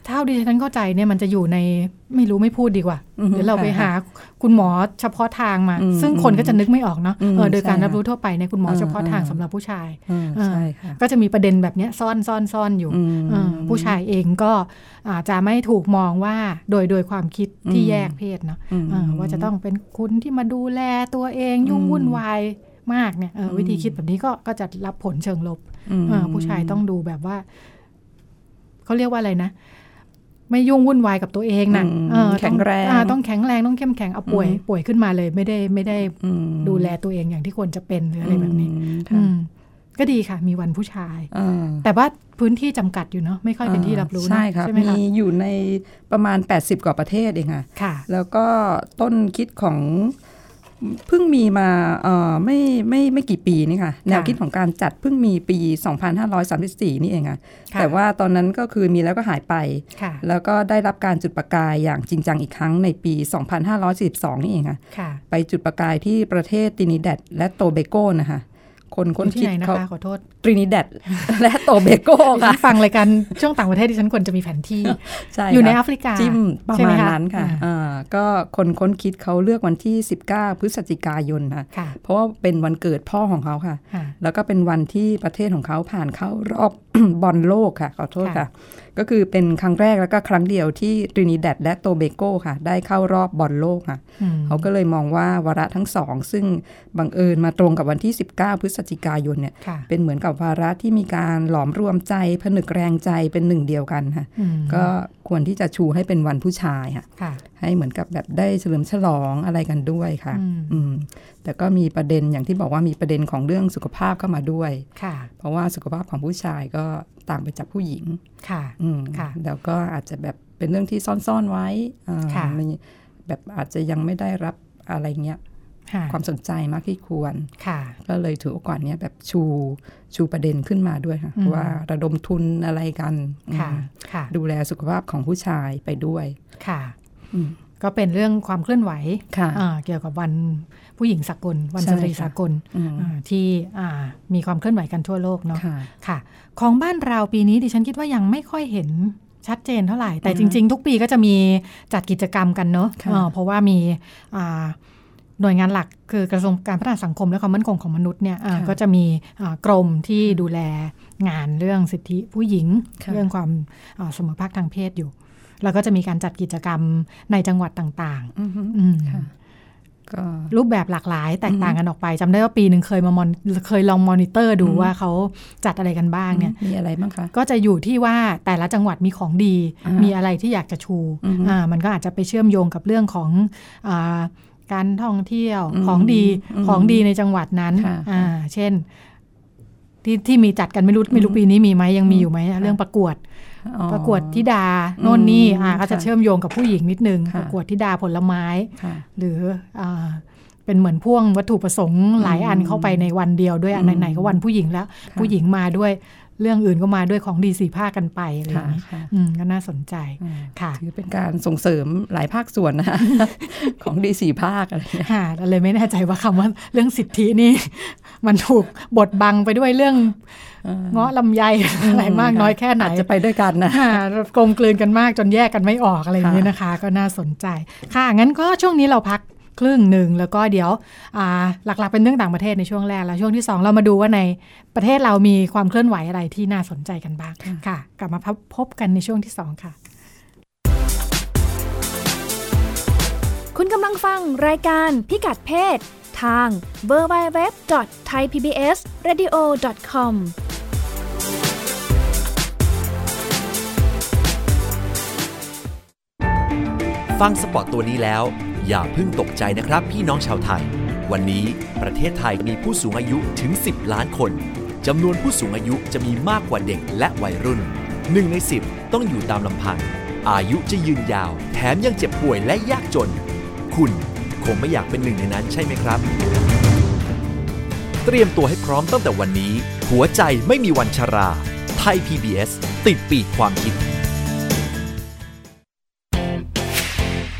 เท่าที่ฉันเข้าใจเนี่ยมันจะอยู่ในไม่รู้ไม่พูดดีกว่าเดี๋ยวเราไปหาคุณหมอเฉพาะทางมาซึ่งคนก็จะนึกไม่ออกเนาะเออโดยการรับรู้ทั่วไปในคุณหมอเฉพาะทางสำหรับผู้ชายก็จะมีประเด็นแบบนี้ซ่อนซ่อนซ่อนอยู่ผู้ชายเองก็อาจจะไม่ถูกมองว่าโดยโดยความคิดที่แยกเพศเนาะว่าจะต้องเป็นคุณที่มาดูแลตัวเองยุ่งวุ่นวายมากเนี่ยวิธีคิดแบบนี้ก็ก็จะรับผลเชิงลบผู้ชายต้องดูแบบว่าเขาเรียกว่าอะไรนะไม่ยุ่งวุ่นวายกับตัวเองนะแข็งแรงต้องแข็งแรงต้องเข้มแข็งเอาป่วยป่วยขึ้นมาเลยไม่ได้ไม่ได้ดูแลตัวเองอย่างที่ควรจะเป็นหรืออะไรแบบนี้ก็ดีค่ะมีวันผู้ชายแต่ว่าพื้นที่จำกัดอยู่เนาะไม่ค่อยเป็นที่รับรู้ใช่ครับมีอยู่ในประมาณแปดสิบกว่าประเทศเองค่ะแล้วก็ต้นคิดของเพิ่งมีมาเอ่อไม่ไม่ไม่กี่ปีนี่ค่ะแนวคิดของการจัดเพิ่งมีปีสองพันห้าร้อยสามสิบสี่นี่เองค่ะแต่ว่าตอนนั้นก็คือมีแล้วก็หายไปแล้วก็ได้รับการจุดประกายอย่างจริงจังอีกครั้งในปีสองพันห้าร้อยสี่สิบสองนี่เองค่ะไปจุดประกายที่ประเทศตรินิแดดและโตเบโกนะคะคนค้นคิดเขาขอโทษตรินิแดดและโตเบโกค่ะฟังรายการช่วงต่างประเทศที่ฉันควรจะมีแผนที่อยู่ในแอฟริกาจิ้มประมาณนั้นค่ะก็คนค้นคิดเขาเลือกวันที่สิบเก้าพฤศจิกายนค่ะเพราะว่าเป็นวันเกิดพ่อของเขาค่ะแล้วก็เป็นวันที่ประเทศของเขาผ่านเข้ารอบบอลโลกค่ะขอโทษค่ะก็คือเป็นครั้งแรกแล้วก็ครั้งเดียวที่ตรินิแดดและโตเบโกค่ะได้เข้ารอบบอลโลกค่ะเขาก็เลยมองว่าวาระทั้งสองซึ่งบังเอิญมาตรงกับวันที่สิบเก้าพฤศจิกายนเนี่ยเป็นเหมือนกับวาระที่มีการหลอมรวมใจผนึกแรงใจเป็นหนึ่งเดียวกันค่ะก็ควรที่จะชูให้เป็นวันผู้ชายค่ะให้เหมือนกับแบบได้เฉลิมฉลองอะไรกันด้วยค่ะแต่ก็มีประเด็นอย่างที่บอกว่ามีประเด็นของเรื่องสุขภาพเข้ามาด้วยเพราะว่าสุขภาพของผู้ชายก็ต่างไปจากผู้หญิงค่ะแล้วก็อาจจะแบบเป็นเรื่องที่ซ่อนๆไว้แบบอาจจะยังไม่ได้รับอะไรเงี้ยความสนใจมากที่ควรก็เลยถือโอกาสนี้แบบชูชูประเด็นขึ้นมาด้วยค่ะว่าระดมทุนอะไรกันดูแลสุขภาพของผู้ชายไปด้วยค่ะก็เป็นเรื่องความเคลื่อนไหวเกี่ยวกับวันผู้หญิงสากลวันสตรีสากลที่มีความเคลื่อนไหวกันทั่วโลกเนาะค่ะของบ้านเราปีนี้ดิฉันคิดว่ายังไม่ค่อยเห็นชัดเจนเท่าไหร่แต่จริงๆทุกปีก็จะมีจัดกิจกรรมกันเนาะเพราะว่ามีหน่วยงานหลักคือกระทรวงการพัฒนาสังคมและความมั่นคงของมนุษย์เนี่ยก็จะมีกรมที่ดูแลงานเรื่องสิทธิผู้หญิงเรื่องความเสมอภาคทางเพศอยู่แล้วก็จะมีการจัดกิจกรรมในจังหวัดต่างๆรูปแบบหลากหลายแตกต่างกันออกไปจำได้ว่าปีหนึ่งเคยมามอนเคยลองมอนิเตอร์ดูว่าเขาจัดอะไรกันบ้างเนี่ยมีอะไรบ้างคะก็จะอยู่ที่ว่าแต่ละจังหวัดมีของดีมีอะไรที่อยากจะชูมันก็อาจจะไปเชื่อมโยงกับเรื่องของการท่องเที่ยวของดีของดีในจังหวัดนั้นเช่นที่ที่มีจัดกันไม่รู้ไม่รู้ปีนี้มีไหมยังมีอยู่ไหมเรื่องประกวดประกวดธิดาโน่นนี่ก็จะเชื่อมโยงกับผู้หญิงนิดนึงประกวดธิดาผลไม้หรือเป็นเหมือนพ่วงวัตถุประสงค์หลายอันเข้าไปในวันเดียวด้วยอันไหนๆก็วันผู้หญิงแล้วผู้หญิงมาด้วยเรื่องอื่นก็มาด้วยของดีสี่ภาคกันไปอะไรอย่างนี้ก็น่าสนใจค่ะถือเป็นการส่งเสริมหลายภาคส่วนนะ ของดีสี่ภาคอะไรค่ะเลยไม่แน่ใจว่าคำว่าเรื่องสิทธินี่มันถูกบดบังไปด้วยเรื่องเงาะลำไยอะไรมากน้อยแค่ไหนจะไปด้วยกันนะกลมกลืนกันมากจนแยกกันไม่ออกอะไรอย่างนี้นะคะก็น่าสนใจค่ะงั้นก็ช่วงนี้เราพักครึ่งหนึ่งแล้วก็เดี๋ยวหลักๆเป็นเรื่องต่างประเทศในช่วงแรกแล้วช่วงที่สองเรามาดูว่าในประเทศเรามีความเคลื่อนไหวอะไรที่น่าสนใจกันบ้างค่ะกลับมาพบกันในช่วงที่สองค่ะคุณกำลังฟังรายการพิกัดเพศทาง ดับเบิลยู ดับเบิลยู ดับเบิลยู ดอท ไทย พี บี เอส เรดิโอ ดอท คอมฟังสปอตตัวนี้แล้วอย่าเพิ่งตกใจนะครับพี่น้องชาวไทยวันนี้ประเทศไทยมีผู้สูงอายุถึงสิบล้านคนจำนวนผู้สูงอายุจะมีมากกว่าเด็กและวัยรุ่นหนึ่งในสิบต้องอยู่ตามลำพังอายุจะยืนยาวแถมยังเจ็บป่วยและยากจนคุณคงไม่อยากเป็นหนึ่งในนั้นใช่ไหมครับเตรียมตัวให้พร้อมตั้งแต่วันนี้หัวใจไม่มีวันชราไทย พี บี เอส ติดปีกความคิดไทย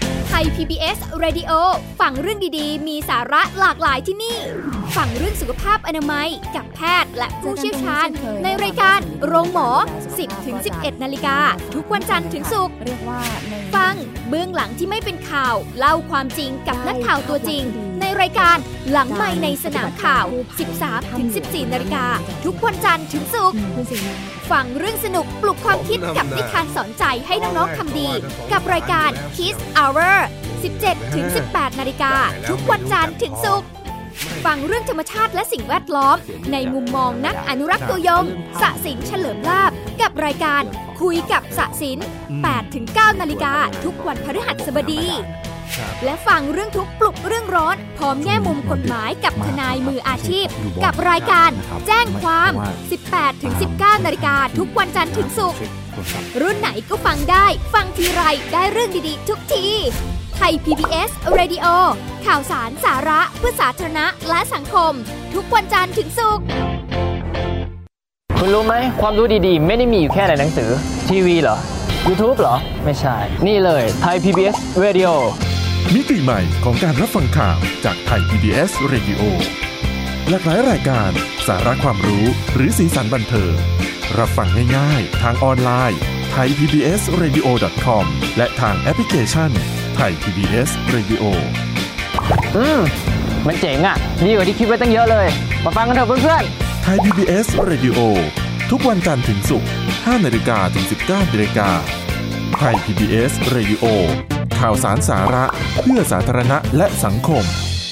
ย พี บี เอส Radio ฟังเรื่องดีๆมีสาระหลากหลายที่นี่ฟังเรื่องสุขภาพอนามัยกับแพทย์และผู้เชี่ยวชาญในรายการโรงหมอ สิบถึงสิบเอ็ด นาฬิกาทุกวันจันทร์ถึงศุกร์ฟังเบื้องหลังที่ไม่เป็นข่าวเล่าความจริงกับนักข่าวตัวจริงในรายการหลังไมค์ในสนามข่าว สิบสามถึงสิบสี่ นาฬิกาทุกวันจันทร์ถึงศุกร์ฟังเรื่องสนุกปลุกความคิดกับนิทานสอนใจให้น้องๆทำดีกับรายการ Kids Hour สิบเจ็ดถึงสิบแปด นาฬิกาทุกวันจันทร์ถึงศุกร์ฟังเรื่องธรรมชาติและสิ่งแวดล้อมในมุมมองนักอนุรักษ์ตัวยงสศิลป์เฉลิมลาภกับรายการคุยกับสศิลป์ แปดถึงเก้า นาฬิกาทุกวันพฤหัสบดีและฟังเรื่องทุกข์ปลุกเรื่องร้อนพร้อมแง่มุมกฎหมายกับทนายมืออาชีพกับรายการแจ้งความ สิบแปดถึงสิบเก้า นาฬิกาทุกวันจันทร์ถึงศุกร์รุ่นไหนก็ฟังได้ฟังทีไรได้เรื่องดีๆทุกทีไทย พี บี เอส Radio ข่าวสารสาระเพื่อสาธารณะและสังคมทุกวันจันทร์ถึงศุกร์คุณรู้ไหมความรู้ดีๆไม่ได้มีอยู่แค่ในหนังสือทีวีเหรอ YouTube เหรอไม่ใช่นี่เลยไทย พี บี เอส Radio มิติใหม่ของการรับฟังข่าวจากไทย พี บี เอส Radio หลากหลายรายการสาระความรู้หรือสีสันบันเทิงรับฟังง่ายๆทางออนไลน์ ไทย พี บี เอส เรดิโอ ดอท คอม และทางแอปพลิเคชัน ไทย พี บี เอส Radio อืมมันเจ๋งอ่ะดีกว่าที่คิดไว้ตั้งเยอะเลยมาฟังกันเถอะเพื่อนๆ ไทย พี บี เอส Radio ทุกวันจันทร์ถึงศุกร์ ห้า นาฬิกาถึง สิบเก้า นาฬิกาไทย พี บี เอส Radio ข่าวสารสาระเพื่อสาธารณะและสังคม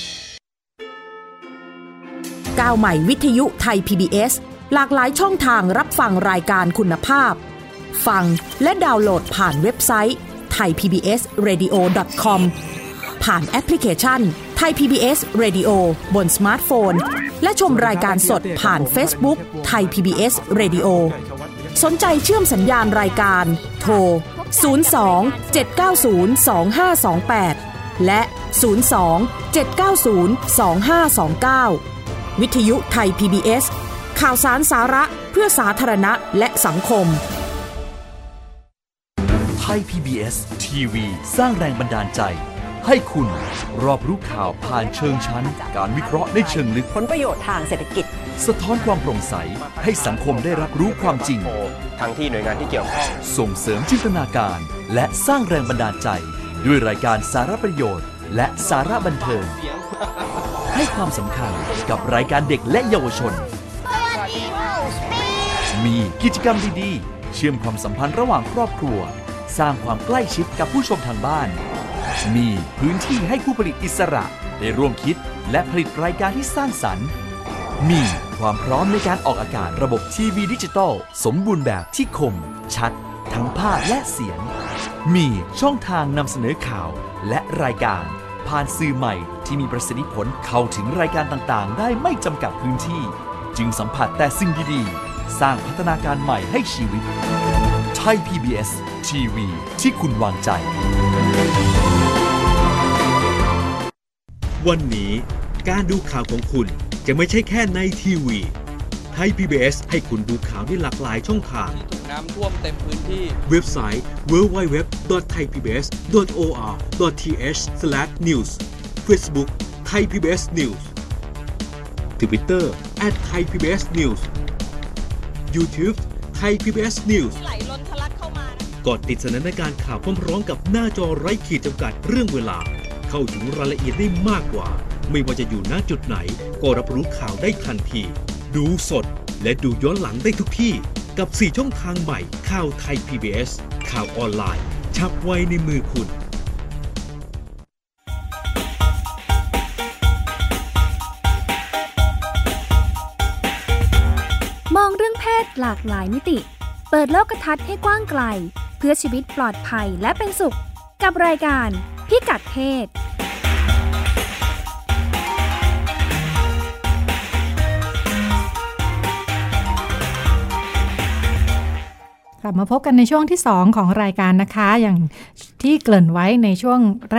ก้าวใหม่วิทยุไทย พี บี เอส หลากหลายช่องทางรับฟังรายการคุณภาพฟังและดาวน์โหลดผ่านเว็บไซต์ ไทย พี บี เอส เรดิโอ ดอท คอม ผ่านแอปพลิเคชัน ไทย พี บี เอส Radio บนสมาร์ทโฟนและชมรายการสดผ่าน Facebook ไทย พี บี เอส Radio สนใจเชื่อมสัญญาณรายการโทร ศูนย์ สอง เจ็ด เก้า ศูนย์ สอง ห้า สอง แปด และ ศูนย์ สอง เจ็ด เก้า ศูนย์ สอง ห้า สอง เก้า วิทยุไทย พี บี เอส ข่าวสารสาระเพื่อสาธารณะและสังคมไทย พี บี เอส ที วี สร้างแรงบันดาลใจให้คุณรอบรู้ข่าวผ่านเชิงชั้นการวิเคราะห์ในเชิงลึกผลประโยชน์ทางเศรษฐกิจสะท้อนความโปร่งใสให้สังคมได้รับรู้ความจริงทั้งที่หน่วยงานที่เกี่ยวข้องส่งเสริมจินตนาการและสร้างแรงบันดาลใจด้วยรายการสาระประโยชน์และสาระบันเทิงให้ความสำคัญกับรายการเด็กและเยาวชนมีกิจกรรมดีๆเชื่อมความสัมพันธ์ระหว่างครอบครัวสร้างความใกล้ชิดกับผู้ชมทางบ้านมีพื้นที่ให้ผู้ผลิตอิสระได้ร่วมคิดและผลิตรายการที่สร้างสรรค์มีความพร้อมในการออกอากาศระบบทีวีดิจิตอลสมบูรณ์แบบที่คมชัดทั้งภาพและเสียงมีช่องทางนำเสนอข่าวและรายการผ่านสื่อใหม่ที่มีประสิทธิผลเข้าถึงรายการต่างๆได้ไม่จำกัดพื้นที่จึงสัมผัสแต่สิ่งดีๆสร้างพัฒนาการใหม่ให้ชีวิตไทย พี บี เอส ที วี ที่คุณวางใจวันนี้การดูข่าวของคุณจะไม่ใช่แค่ในทีวีไทย พี บี เอส ให้คุณดูข่าวได้หลากหลายช่องทางน้ำท่วมเต็มพื้นที่เว็บไซต์ ดับเบิลยู ดับเบิลยู ดับเบิลยู ดอท ไทย พี บี เอส ดอท โอ อาร์ ดอท ที เอช สแลช นิวส์ Facebook Thai พี บี เอส News Twitter แอท ไทย พี บี เอส นิวส์ YouTube Thai พี บี เอส News ไหลล้นทะลักเข้ามากดติดสนันในการข่าวพร้อมๆกับหน้าจอไร้ขีดจำกัดเรื่องเวลาเข้าถึงรายละเอียดได้มากกว่าไม่ว่าจะอยู่ณจุดไหนก็รับรู้ข่าวได้ทันทีดูสดและดูย้อนหลังได้ทุกที่กับสี่ช่องทางใหม่ข่าวไทย พี บี เอส ข่าวออนไลน์ฉับไวในมือคุณมองเรื่องเพศหลากหลายมิติเปิดโลกทัศน์ให้กว้างไกลเพื่อชีวิตปลอดภัยและเป็นสุขกับรายการพิกัดเพศกลับมาพบกันในช่วงที่สองของรายการนะคะอย่างที่เกริ่นไว้ในช่วงแรก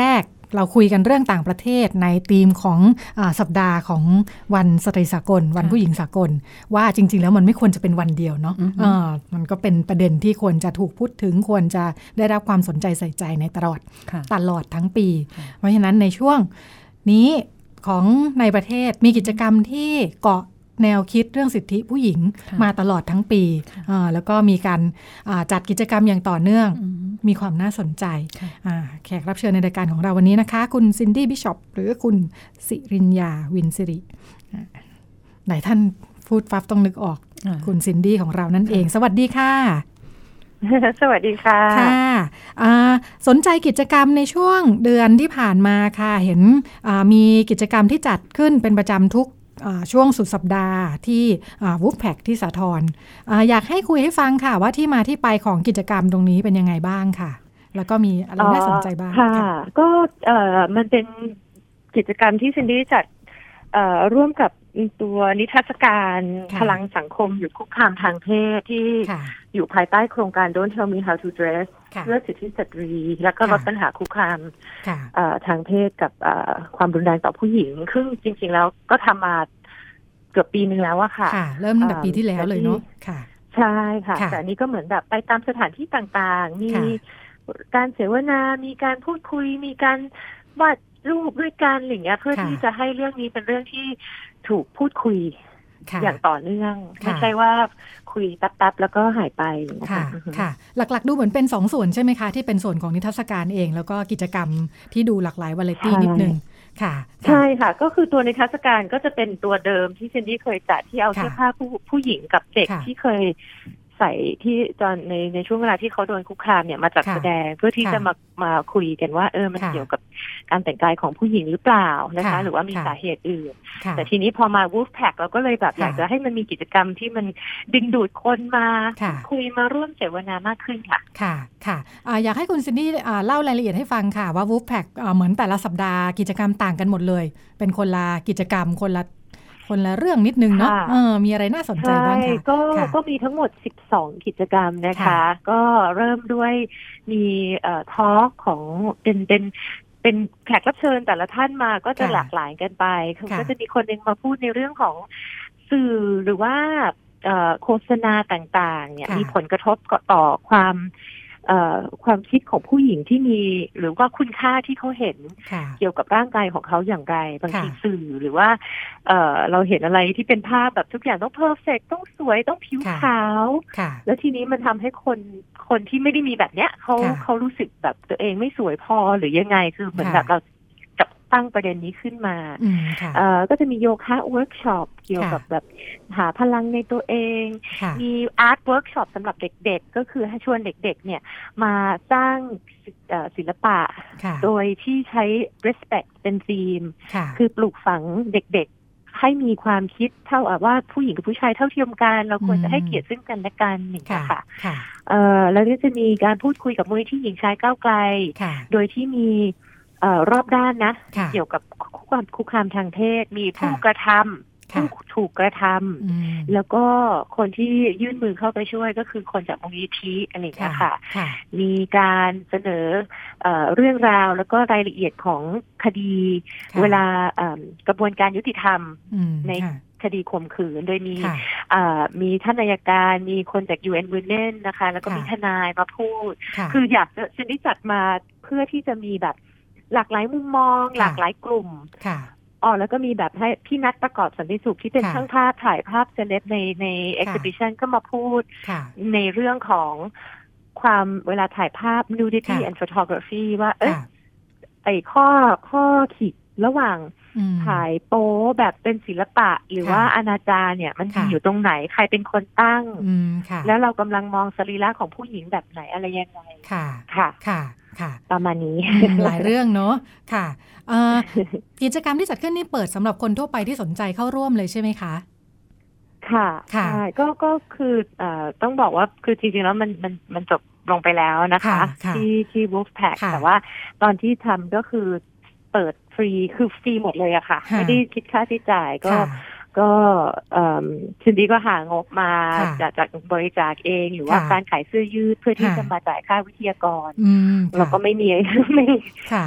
เราคุยกันเรื่องต่างประเทศในธีมของอ่าสัปดาห์ของวันสตรีสากลวันผู้หญิงสากลว่าจริงๆแล้วมันไม่ควรจะเป็นวันเดียวเนาะอ่ามันก็เป็นประเด็นที่ควรจะถูกพูดถึงควรจะได้รับความสนใจใส่ใจในตลอดตลอดทั้งปีเพราะฉะนั้นในช่วงนี้ของในประเทศมีกิจกรรมที่เกาะแนวคิดเรื่องสิทธิผู้หญิงมาตลอดทั้งปีแล้วก็มีการจัดกิจกรรมอย่างต่อเนื่องมีความน่าสนใจแขกรับเชิญในรายการของเราวันนี้นะคะคุณซินดี้บิชอปหรือคุณสิริญญาวินสิริไหนท่านพูดปั๊บต้องนึกออกคุณซินดี้ของเรานั่นเองสวัสดีค่ะสวัสดีค่ะค่ะสนใจกิจกรรมในช่วงเดือนที่ผ่านมาค่ะเห็นมีกิจกรรมที่จัดขึ้นเป็นประจำทุกช่วงสุดสัปดาห์ที่วูฟแพ็กที่สาทรออยากให้คุยให้ฟังค่ะว่าที่มาที่ไปของกิจกรรมตรงนี้เป็นยังไงบ้างค่ะแล้วก็มีอะไรน่าสนใจบ้างค่ะก็มันเป็นกิจกรรมที่ซินดี้จัดร่วมกับตัวนิทรรศการพลังสังคมหยุดคุกคามทางเพศที่อยู่ภายใต้โครงการ Don't Tell Me How to Dress เพื่อสิทธิสตรีและก็ลดปัญหาคุกคามทางเพศกับความรุนแรงต่อผู้หญิงซึ่งจริงๆแล้วก็ทำมาเกือบปีนึงแล้วอะค่ะเริ่มตั้งแต่ปีที่แล้วเลยเนาะใช่ค่ะแต่นี้ก็เหมือนแบบไปตามสถานที่ต่างๆมีการเสวนามีการพูดคุยมีการวาดรูปด้วยกันอะไรอย่างเงี้ยเพื่อที่จะให้เรื่องนี้เป็นเรื่องที่ถูกพูดคุยอย่างต่อเนื่องไม่ใช่ว่าคุยแป๊บๆแล้วก็หายไปค่ะค่ะหลักๆดูเหมือนเป็นสองส่วนใช่ไหมคะที่เป็นส่วนของนิทรรศการเองแล้วก็กิจกรรมที่ดูหลากหลายวาไรตี้นิดนึงค่ะใช่ค่ะก็คือตัวนิทรรศการก็จะเป็นตัวเดิมที่เซนดี้เคยจัดที่เอาเสื้อผ้าผู้ผู้หญิงกับเด็กที่เคยใส่ที่ตอนในในช่วงเวลาที่เขาโดนคุกคามเนี่ยมาจัดแสดงเพื่อที่จะมามาคุยกันว่าเออมันเกี่ยวกับการแต่งกายของผู้หญิงหรือเปล่านะคะหรือว่ามีสาเหตุอื่นแต่ทีนี้พอมา Wolfpack เราก็เลยแบบอยากจะให้มันมีกิจกรรมที่มันดึงดูดคนมาคุยมาร่วมเสวนามากขึ้นค่ะค่ะค่ะอยากให้คุณซินดี้เล่ารายละเอียดให้ฟังค่ะว่า Wolfpack เหมือนแต่ละสัปดาห์กิจกรรมต่างกันหมดเลยเป็นคนละกิจกรรมคนละคนละเรื่องนิดนึงเนาะเออมีอะไรน่าสนใจบ้างคะก็ก็มีทั้งหมดสิบสองกิจกรรมนะคะก็เริ่มด้วยมีเอ่อทอล์กของเป็นเป็นเป็นแขกรับเชิญแต่ละท่านมาก็จะหลากหลายกันไปก็จะมีคนนึงมาพูดในเรื่องของสื่อหรือว่าโฆษณาต่างๆเนี่ยมีผลกระทบต่อความความคิดของผู้หญิงที่มีหรือว่าคุณค่าที่เขาเห็นเกี่ยวกับร่างกายของเขาอย่างไรบางทีสื่อหรือว่าเอ่อเราเห็นอะไรที่เป็นภาพแบบทุกอย่างต้องเพอร์เฟกต์ต้องสวยต้องผิวขาวแล้วทีนี้มันทำให้คนคนที่ไม่ได้มีแบบเนี้ยเขาเขารู้สึกแบบตัวเองไม่สวยพอหรือยังไงคือเหมือนแบบเราตั้งประเด็นนี้ขึ้นมาเอ่อก็จะมีโยคะเวิร์กช็อปเกี่ยวกับแบบหาพลังในตัวเองมีอาร์ตเวิร์กช็อปสำหรับเด็กๆก็คือให้ชวนเด็กๆเนี่ยมาสร้างศิลปะโดยที่ใช้ respect เป็นธีมคือปลูกฝังเด็กๆให้มีความคิดเท่าว่าผู้หญิงกับผู้ชายเท่าเทียมกันเราควรจะให้เกียรติซึ่งกันและกันอย่างนี้ค่ะเอ่อแล้วก็จะมีการพูดคุยกับมูลนิธิหญิงชายก้าวไกลโดยที่มีเอ่อรอบด้านนะเกี่ยวกับความคุกคามทางเพศมีผู้กระทำผู้ถูกกระทำแล้วก็คนที่ยื่นมือเข้าไปช่วยก็คือคนจากมูลนิธิอะไรอย่างเงี้ยค่ะมีการเสนอเอ่อเรื่องราวแล้วก็รายละเอียดของคดีเวลากระบวนการยุติธรรมในคดีข่มขืนโดยมีมีท่านอัยการมีคนจาก ยู เอ็น Women นะคะแล้วก็มีทนายมาพูดคืออยากจะซินดี้จัดมาเพื่อที่จะมีแบบหลากหลายมุมมองหลากหลายกลุ่มอ๋อแล้วก็มีแบบให้พี่นัทประกอบสันติสุขที่เป็นช่างภาพถ่ายภาพเซเลบในใน exhibition ก็มาพูดในเรื่องของความเวลาถ่ายภาพ nudity and photography ว่าเอ๊ะไอ้ข้อข้อขีดระหว่างถ่ายโป๊แบบเป็นศิลปะหรือว่าอนาจารเนี่ยมันอยู่ตรงไหนใครเป็นคนตั้งแล้วเรากำลังมองสรีระของผู้หญิงแบบไหนอะไรยังไงค่ะค่ะค่ะค่ะประมาณนี้หลายเรื่องเนาะค่ะกิจกรรมที่จัดขึ้นนี่เปิดสำหรับคนทั่วไปที่สนใจเข้าร่วมเลยใช่ไหมคะค่ะค่ะก็ก็คือต้องบอกว่าคือจริงๆแล้วมันมันมันจบลงไปแล้วนะคะที่ที่ Wolfpack แต่ว่าตอนที่ทำก็คือเปิดฟรีคือฟรีหมดเลยอะค่ะไม่ได้คิดค่าใช้จ่ายก็ก็ชินดีก็หางบมาจากจากบริจาคเองหรือว่าการขายเสื้อยืดเพื่อที่จะมาจ่ายค่าวิทยากรเราก็ไม่มีไม่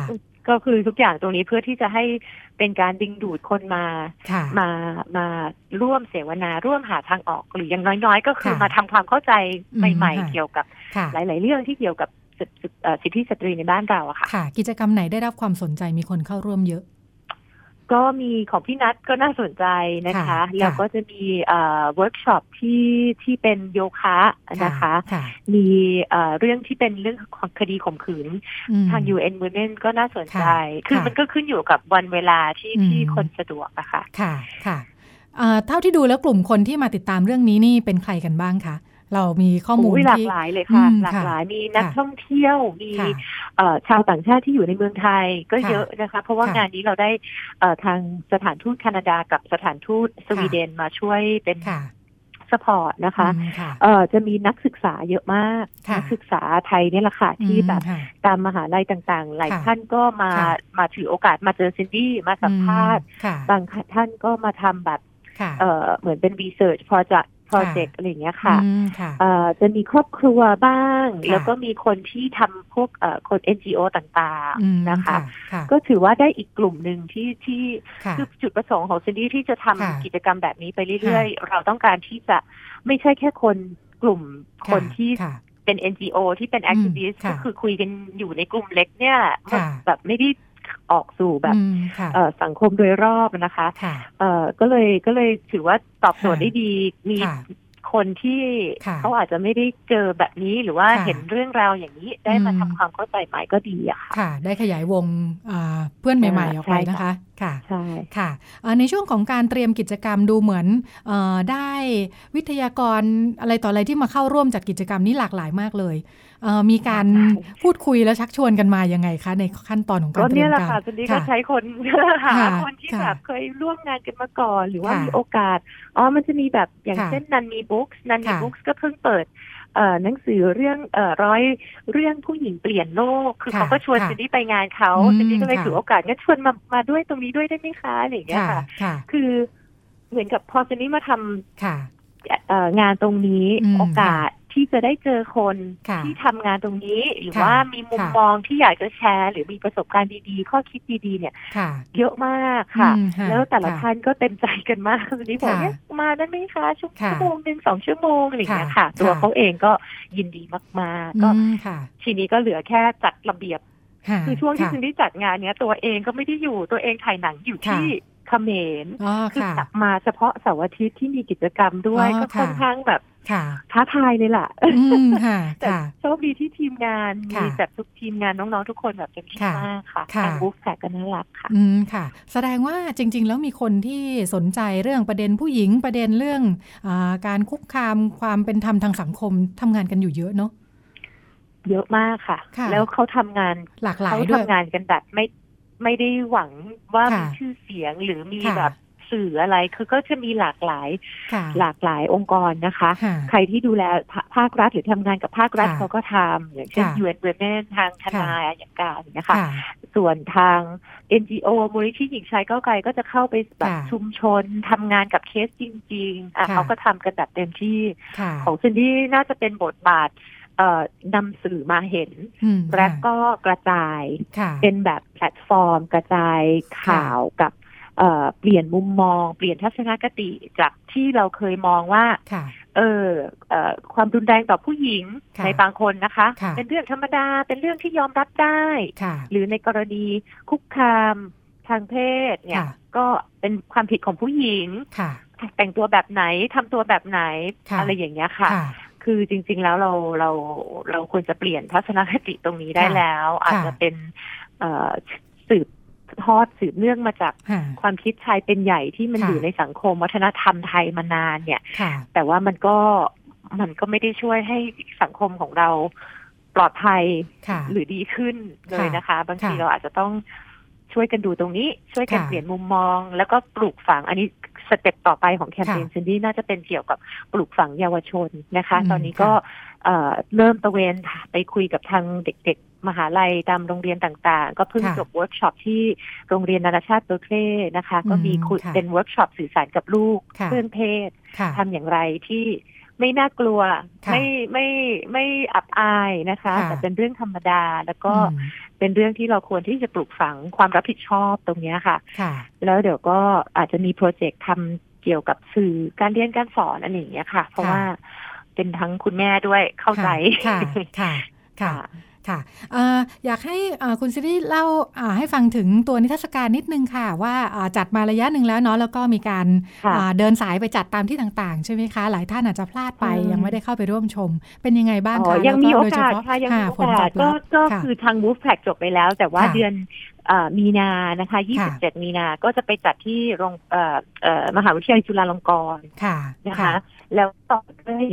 ก็คือทุกอย่างตรงนี้เพื่อที่จะให้เป็นการดึงดูดคนมามามาร่วมเสวนาร่วมหาทางออกหรืออย่างน้อยๆก็คือมาทำความเข้าใจใหม่ๆเกี่ยวกับหลายๆเรื่องที่เกี่ยวกับสิทธิสตรีในบ้านเราอะค่ะค่ะกิจกรรมไหนได้รับความสนใจมีคนเข้าร่วมเยอะก็มีของพี่นัทก็น่าสนใจนะคะแล้วก็จะมีเวิร์กช็อปที่ที่เป็นโยคะนะคะมีเรื่องที่เป็นเรื่องคดีข่มขืนทาง ยู เอ็น Women ก็น่าสนใจคือมันก็ขึ้นอยู่กับวันเวลาที่ที่คนสะดวกอะค่ะค่ะค่ะเท่าที่ดูแล้วกลุ่มคนที่มาติดตามเรื่องนี้นี่เป็นใครกันบ้างคะเรามีข้อมูลที่หลากหลายเลยค่ะหลากหลายมีนักท่องเที่ยวมีชาวต่างชาติที่อยู่ในเมืองไทยก็เยอะนะคะเพราะว่างานนี้เราได้ทางสถานทูตแคนาดากับสถานทูตสวีเดนมาช่วยเป็นซัพพอร์ตนะคะจะมีนักศึกษาเยอะมากนักศึกษาไทยนี่แหละค่ะที่แบบตามมหาลัยต่างๆหลายท่านก็มามาถือโอกาสมาเจอซินดี้มาสัมภาษณ์บางท่านก็มาทำแบบเหมือนเป็น research projectโปรเจกต์อะไรอย่างเงี้ยค่ะจะมีครอบครัวบ้างแล้วก็มีคนที่ทำพวกคน เอ็น จี โอ ต่างๆนะคะก็ถือว่าได้อีกกลุ่มหนึ่งที่ที่คือจุดประสงค์ของซินดี้ที่จะทำกิจกรรมแบบนี้ไปเรื่อยๆเราต้องการที่จะไม่ใช่แค่คนกลุ่มคนที่เป็น เอ็น จี โอ ที่เป็น activist ก็คือคุยกันอยู่ในกลุ่มเล็กเนี่ยแบบไม่ได้ออกสู่แบบสังคมโดยรอบนะคะก็เลยก็เลยถือว่าตอบโจทย์ได้ดีมีคนที่เขาอาจจะไม่ได้เจอแบบนี้หรือว่าเห็นเรื่องราวอย่างนี้ได้มาทำความเข้าใจใหม่ก็ดีอะค่ะค่ะได้ขยายวงเพื่อนใหม่ๆออกไปนะคะค่ะใช่ค่ะในช่วงของการเตรียมกิจกรรมดูเหมือนได้วิทยากรอะไรต่ออะไรที่มาเข้าร่วมจัดกิจกรรมนี้หลากหลายมากเลยมีการพูดคุยและชักชวนกันมายังไงคะในขั้นตอนของการเตรียมการก็เนี่ยแหละค่ะตอนนี้ก็ใช้คนหาคนที่แบบเคยร่วมงานกันมาก่อนหรือว่ามีโอกาสอ๋อมันจะมีแบบอย่างเช่นนันนีบุ๊กส์นันนีบุ๊กส์ก็เพิ่งเปิดหนังสือเรื่องร้อยเรื่องผู้หญิงเปลี่ยนโลกคือเขาก็ชวนซินดี้ไปงานเขาซินดี้ก็เลยถือโอกาสงั้นชวนมามาด้วยตรงนี้ด้วยได้ไหมคะอะไรอย่างเงี้ยค่ะคือเหมือนกับพอซินดี้มาทำงานตรงนี้โอกาสที่จะได้เจอคนที่ทำงานตรงนี้หรือว่ามีมุมมองที่อยากจะแชร์หรือมีประสบการณ์ดีๆข้อคิดดีๆเนี่ยเยอะมากค่ะแล้วแต่ละท่านก็เต็มใจกันมากคือนี่บอกเนี่ยมาได้ไหมคะชั่วโมงหนึ่งสองชั่วโมงอะไรอย่างเงี้ยค่ะตัวเขาเองก็ยินดีมากๆก็ทีนี้ก็เหลือแค่จัดระเบียบคือช่วงที่คุณได้จัดงานเนี้ยตัวเองก็ไม่ได้อยู่ตัวเองถ่ายหนังอยู่ที่เขมรคือจับมาเฉพาะเสาร์อาทิตย์ที่มีกิจกรรมด้วยก็ค่อนข้างแบบท้าทายเลยล่ะแต่โชคดีที่ทีมงานมีแบบทุกทีมงานน้องๆทุกคนแบบเต็มที่มากค่ะทางบุ๊กแขกก็น่ารักค่ะอืมค่ะแสดงว่าจริงๆแล้วมีคนที่สนใจเรื่องประเด็นผู้หญิงประเด็นเรื่องการคุกคามความเป็นธรรมทางสังคมทำงานกันอยู่เยอะเนาะเยอะมากค่ะแล้วเขาทำงานหลากหลายด้วยเขาทำงานกันแบบไม่ไม่ได้หวังว่ามีชื่อเสียงหรือมีแบบสื่ออะไรคือก็จะมีหลากหลายหลากหลายองค์กรนะคะใครที่ดูแลภาครัฐหรือทำงานกับภาครัฐเขาก็ทำอย่างเช่น ยู เอ็น Women ทางทนายอย่างการนะคะส่วนทาง เอ็น จี โอ มูลนิธิหญิงชายก้าวไกลก็จะเข้าไปแบบชุมชนทำงานกับเคสจริงๆอ่ะเขาก็ทำกันแบบเต็มที่ของซินดี้น่าจะเป็นบทบาทนำสื่อมาเห็นและก็กระจายเป็นแบบแพลตฟอร์มกระจายข่าวกับเปลี่ยนมุมมองเปลี่ยนทัศนคติจากที่เราเคยมองว่าเออความรุนแรงต่อผู้หญิงในบางคนนะคะเป็นเรื่องธรรมดาเป็นเรื่องที่ยอมรับได้หรือในกรณีคุกคามทางเพศเนี่ยก็เป็นความผิดของผู้หญิงแต่งตัวแบบไหนทำตัวแบบไหนอะไรอย่างเงี้ยค่ะคือจริงๆแล้วเราเราเราควรจะเปลี่ยนทัศนคติตรงนี้ได้แล้วอาจจะเป็นสืบทอดสืบเนื่องมาจากความคิดชายเป็นใหญ่ที่มันอยู่ในสังคมวัฒนธรรมไทยมานานเนี่ยแต่ว่ามันก็มันก็ไม่ได้ช่วยให้สังคมของเราปลอดภัยหรือดีขึ้นเลยนะคะบางทีเราอาจจะต้องช่วยกันดูตรงนี้ช่วยกันเปลี่ยนมุมมองแล้วก็ปลูกฝังอันนี้สเต็ปต่อไปของแคมเปญซินดี้น่าจะเป็นเกี่ยวกับปลูกฝังเยาวชนนะคะตอนนี้ก็เริ่มตะเวนไปคุยกับทางเด็กๆมหาลัยตามโรงเรียนต่างๆก็เพิ่งจบเวิร์กช็อปที่โรงเรียนนานาชาติเบอร์เคลย์นะคะก็มีคุยเป็นเวิร์กช็อปสื่อสารกับลูกเรื่องเพศทำอย่างไรที่ไม่น่ากลัวไม่ไม่ไม่อับอายนะคะแต่เป็นเรื่องธรรมดาแล้วก็เป็นเรื่องที่เราควรที่จะปลูกฝังความรับผิดชอบตรงนี้ค่ะแล้วเดี๋ยวก็อาจจะมีโปรเจกต์ทำเกี่ยวกับสื่อการเรียนการสอนอะไรอย่างเงี้ยค่ะเพราะว่าเป็นทั้งคุณแม่ด้วยเข้าใจค่ะค่ะค่ะค่ะอยากให้คุณซิริเล่าให้ฟังถึงตัวนิทรรศการนิดนึงค่ะว่าจัดมาระยะหนึ่งแล้วเนาะแล้วก็มีการเดินสายไปจัดตามที่ต่างๆใช่ไหมคะหลายท่านอาจจะพลาดไปยังไม่ได้เข้าไปร่วมชมเป็นยังไงบ้างคะยังมีโอกาสค่ะยังมีโอกาสก็ก็คือทาง Move Pack จบไปแล้วแต่ว่าเดือนมีนานะคะยี่สิบเจ็ดมีนาก็จะไปจัดที่โรงมหาวิทยาลัยจุฬาลงกรณ์นะคะแล้วต่อด้วย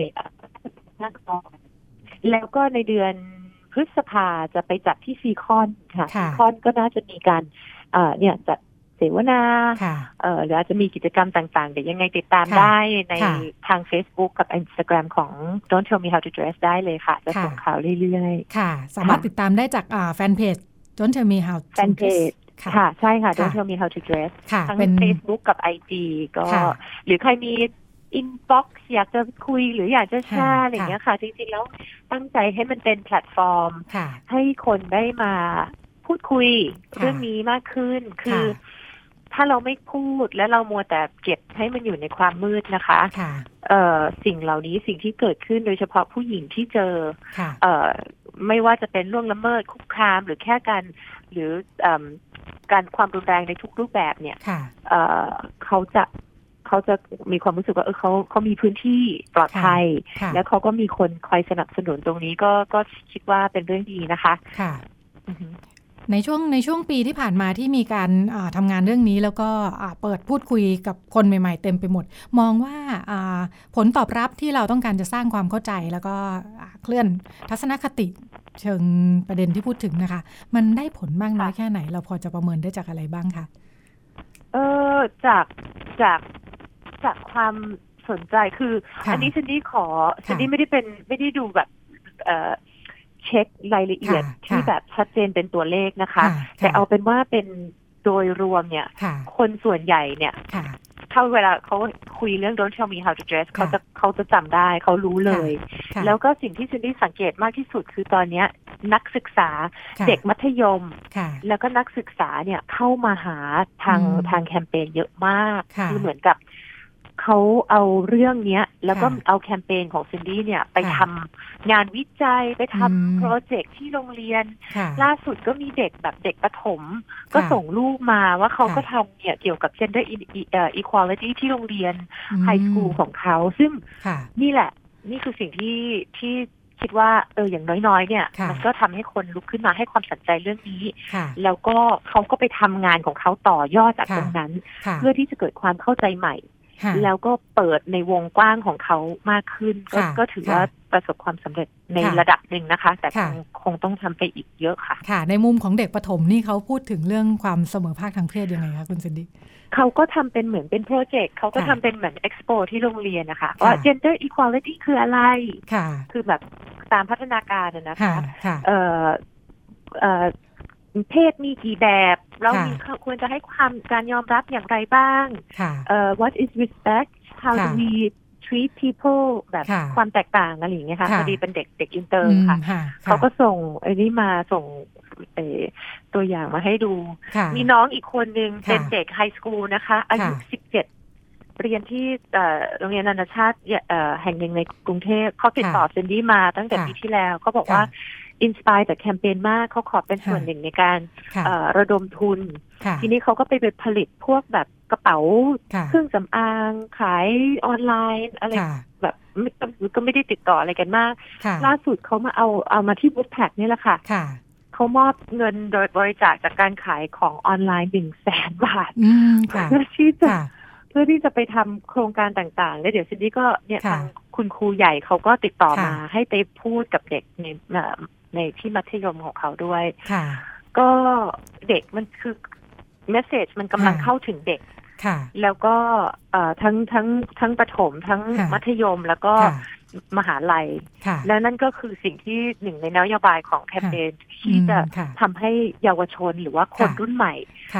แล้วก็ในเดือนพฤษภาจะไปจัดที่ซีคอนค่ะซีคอนก็น่าจะมีการเนี่ยจัดเสวนาหรืออาจจะมีกิจกรรมต่างๆเดี๋ยวยังไงติดตามได้ในทาง Facebook กับ Instagram ของ Don't Tell Me How to Dress ได้เลยค่ะจะส่งข่าวเรื่อยๆค่ะสามารถติดตามได้จากแฟนเพจ Don't Tell Me How to Dress ค่ะใช่ค่ะ Don't Tell Me How to Dress ทั้ง Facebook กับ ไอ จี ก็หรือใครมีอินบ็อกซ์อยากจะคุยหรืออยากจะแชร์อะไรอย่างเงี้ยค่ะจริงๆแล้วตั้งใจให้มันเป็นแพลตฟอร์มให้คนได้มาพูดคุยเรื่องนี้มากขึ้นคือถ้าเราไม่พูดและเรามัวแต่เก็บให้มันอยู่ในความมืดนะคะเอ่อสิ่งเหล่านี้สิ่งที่เกิดขึ้นโดยเฉพาะผู้หญิงที่เจอเอ่อไม่ว่าจะเป็นล่วงละเมิดคุกคามหรือแค่การหรือการความรุนแรงในทุกรูปแบบเนี่ยเอ่อเขาจะเขาจะมีความรู้สึกว่าเออเขาเขามีพื้นที่ปลอดภัยแล้วเขาก็มีคนคอยสนับสนุนตรงนี้ก็ก็คิดว่าเป็นเรื่องดีนะคะค่ะในช่วงในช่วงปีที่ผ่านมาที่มีการทำงานเรื่องนี้แล้วก็เปิดพูดคุยกับคนใหม่ๆเต็มไปหมดมองว่าผลตอบรับที่เราต้องการจะสร้างความเข้าใจแล้วก็เคลื่อนทัศนคติเชิงประเด็นที่พูดถึงนะคะมันได้ผลมากน้อยแค่ไหนเราพอจะประเมินได้จากอะไรบ้างคะเออจากจากจากความสนใจคืออันนี้ฉันนี่ขอฉันนี่ไม่ได้เป็นไม่ได้ดูแบบเอ่อเช็ครายละเอียดที่แบบชัดเจนเป็นตัวเลขนะคะแต่เอาเป็นว่าเป็นโดยรวมเนี่ยคนส่วนใหญ่เนี่ยถ้าเวลาเขาคุยเรื่อง Don't Tell Me How to Dress เขาจะเขาจะจำได้เขารู้เลยแล้วก็สิ่งที่ฉันได้สังเกตมากที่สุดคือตอนนี้นักศึกษาเด็กมัธยมแล้วก็นักศึกษาเนี่ยเข้ามาหาทางทางแคมเปญเยอะมากคือเหมือนกับเขาเอาเรื่องนี้แล้วก็เอาแคมเปญของซินดี้เนี่ยไปทำงานวิจัยไปทำโปรเจกต์ที่โรงเรียนล่าสุดก็มีเด็กแบบเด็กประถมก็ส่งลูกมาว่าเขาก็ทำเนี่ยเกี่ยวกับ gender equality ที่โรงเรียนไฮสคูลของเขาซึ่งนี่แหละนี่คือสิ่งที่ที่คิดว่าเอออย่างน้อยๆเนี่ยมันก็ทำให้คนลุกขึ้นมาให้ความสนใจเรื่องนี้แล้วก็เขาก็ไปทำงานของเขาต่อยอดจากตรงนั้นเพื่อที่จะเกิดความเข้าใจใหม่แล้วก็เปิดในวงกว้างของเขามากขึ้น ก, ก็ถือว่าประสบความสำเร็จในระดับหนึ่งนะคะแต่คง, คงต้องทำไปอีกเยอะค่ะค่ะในมุมของเด็กประถมนี่เขาพูดถึงเรื่องความเสมอภาคทางเพศยังไงคะคุณซินดี้เขาก็ทำเป็นเหมือนเป็นโปรเจกต์เขาก็ทำเป็นเหมือนเอ็กซ์โปที่โรงเรียนนะคะว่า gender equality คืออะไรคือแบบตามพัฒนาการนะคะเอ่อเอ่อเพศมีกี่แบบเรามีควรจะให้ความการยอมรับอย่างไรบ้างเอ่อ what is respect how do we treat people แบบความแตกต่างอะไรอย่างเงี้ยค่ะพอดีเป็นเด็กเด็กอินเตอร์ค่ะเขาก็ส่งไอ้นี่มาส่งตัวอย่างมาให้ดูมีน้องอีกคนนึงเป็นเด็กไฮสคูลนะคะอายุสิบเจ็ดเรียนที่โรงเรียนนานาชาติแห่งหนึ่งในกรุงเทพเขาติดต่อซินดี้มาตั้งแต่ปีที่แล้วเขาบอกว่าอินสไปร์จากแคมเปญมากเขาขอเป็นส่วนหนึ่งในการระดมทุนทีนี้เขาก็ไปผลิตพวกแบบกระเป๋าเครื่องสำอางขายออนไลน์อะไรแบบก็ไม่ได้ติดต่ออะไรกันมากล่าสุดเขามาเอาเอามาที่บูธแพ็คนี่แหละค่ะเขามอบเงินโดยบริจาคจากการขายของออนไลน์หนึ่งแสนบาทเพื่อที่จะเพื่อที่จะไปทำโครงการต่างๆแล้วเดี๋ยวซินดี้ก็เนี่ยทางคุณครูใหญ่เขาก็ติดต่อมาให้ไปพูดกับเด็กในในที่มัธยมของเขาด้วยก็เด็กมันคือเมสเสจมันกำลังเข้าถึงเด็กแล้วก็ทั้งทั้งทั้งประถมทั้งมัธยมแล้วก็มหาลัยและนั่นก็คือสิ่งที่หนึ่งในนโยบายของแคมเปญที่จะทำให้เยาวชนหรือว่าคนรุ่นใหม่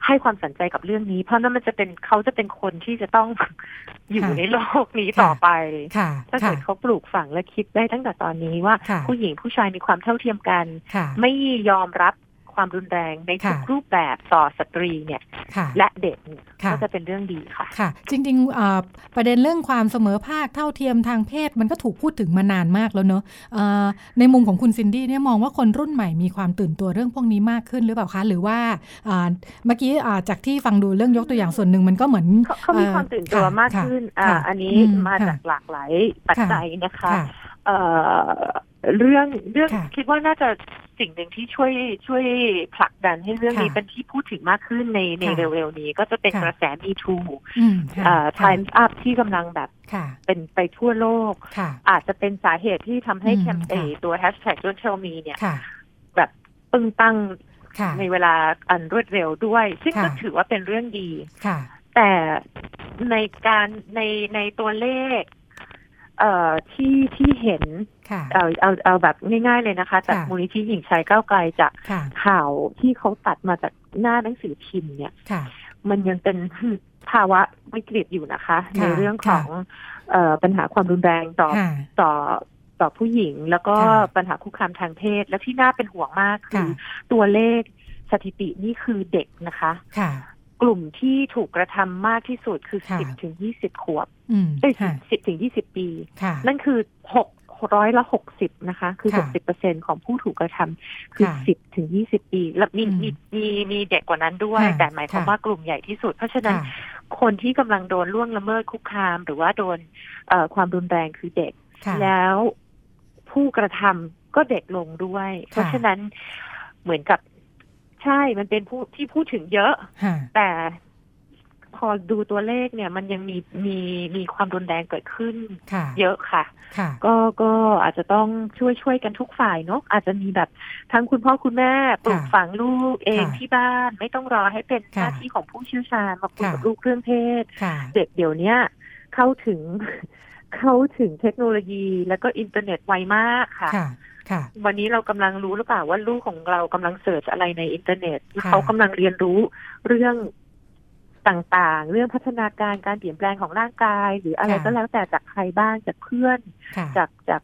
ให้ความสนใจกับเรื่องนี้เพราะนั่นมันจะเป็นเขาจะเป็นคนที่จะต้องอยู่ในโลกนี้ต่อไปถ้าเกิดเขาปลูกฝังและคิดได้ตั้งแต่ตอนนี้ว่าผู้หญิงผู้ชายมีความเท่าเทียมกันไม่ยอมรับความรุนแรงในทุกรูปแบบต่อสตรีเนี่ยและเด็กก็จะเป็นเรื่องดีค่ะค่ะจริงๆประเด็นเรื่องความเสมอภาคเท่าเทียมทางเพศมันก็ถูกพูดถึงมานานมากแล้วเนอะในมุมของคุณซินดี้เนี่ยมองว่าคนรุ่นใหม่มีความตื่นตัวเรื่องพวกนี้มากขึ้นหรือเปล่าคะหรือว่าเมื่อกี้จากที่ฟังดูเรื่องยกตัวอย่างส่วนหนึ่งมันก็เหมือนเขามีความตื่นตัวมากขึ้นอันนี้มาจากหลากหลายปัจจัยนะคะเรื่องเรื่องคิดว่าน่าจะสิ่งหนึ่งที่ช่วยช่วยผลักดันให้เรื่องนี้เป็นที่พูดถึงมากขึ้นในในเร็วๆนี้ก็จะเป็นกระแส Me Too อ่า Time's Up ที่กำลังแบบเป็นไปทั่วโลกอาจจะเป็นสาเหตุที่ทำให้แคมเปญตัว Hashtag Don't Tell Me เนี่ยแบบปึ้งตั้งในเวลาอันรวดเร็วด้วยซึ่งก็ถือว่าเป็นเรื่องดีแต่ในการในในตัวเลขเอ่อที่ที่เห็นเอาเอาเอาแบบง่ายๆเลยนะคะจากมูลนิธิหญิงชายก้าวไกลจากข่าวที่เขาตัดมาจากหน้าหนังสือพิมพ์เนี่ยมันยังเป็นภาวะวิกฤตอยู่นะคะในเรื่องของเอ่อปัญหาความรุนแรงต่อต่อต่อผู้หญิงแล้วก็ปัญหาคุกคามทางเพศและที่น่าเป็นห่วงมากคือตัวเลขสถิตินี่คือเด็กนะคะกลุ่มที่ถูกกระทำมากที่สุดคือ สิบถึงยี่สิบ ขวบเอ้ย สิบถึงยี่สิบ ปีนั่นคือหกร้อยละหกสิบนะคะคือ หกสิบเปอร์เซ็นต์ ของผู้ถูกกระทำคือ สิบถึงยี่สิบ ปีแล้วมีมีมีมีเด็กกว่านั้นด้วยแต่หมายความว่ากลุ่มใหญ่ที่สุดเพราะฉะนั้นคนที่กำลังโดนล่วงละเมิดคุกคามหรือว่าโดนเอ่อความรุนแรงคือเด็กแล้วผู้กระทำก็เด็กลงด้วยเพราะฉะนั้นเหมือนกับใช่มันเป็นผู้ที่พูดถึงเยอะแต่พอดูตัวเลขเนี่ยมันยังมีมีมีความรุนแรงเกิดขึ้นเยอะค่ะก็ก็อาจจะต้องช่วยช่วยกันทุกฝ่ายเนาะอาจจะมีแบบทั้งคุณพ่อคุณแม่ปลูกฝังลูกเองที่บ้านไม่ต้องรอให้เป็นหน้าที่ของผู้เชี่ยวชาญมาคุยกับลูกเรื่องเพศเด็กเดี๋ยวนี้เข้าถึงเข้าถึงเทคโนโลยีแล้วก็อินเทอร์เน็ตไวมากค่ะวันนี้เรากำลังรู้หรือเปล่าว่าลูกของเรากำลังเสิร์ชอะไรในอินเทอร์เน็ตเขากำลังเรียนรู้เรื่องต่างๆเรื่องพัฒนาการการเปลี่ยนแปลงของร่างกายหรืออะไรก็แล้วแต่จากใครบ้างจากเพื่อนจากจาก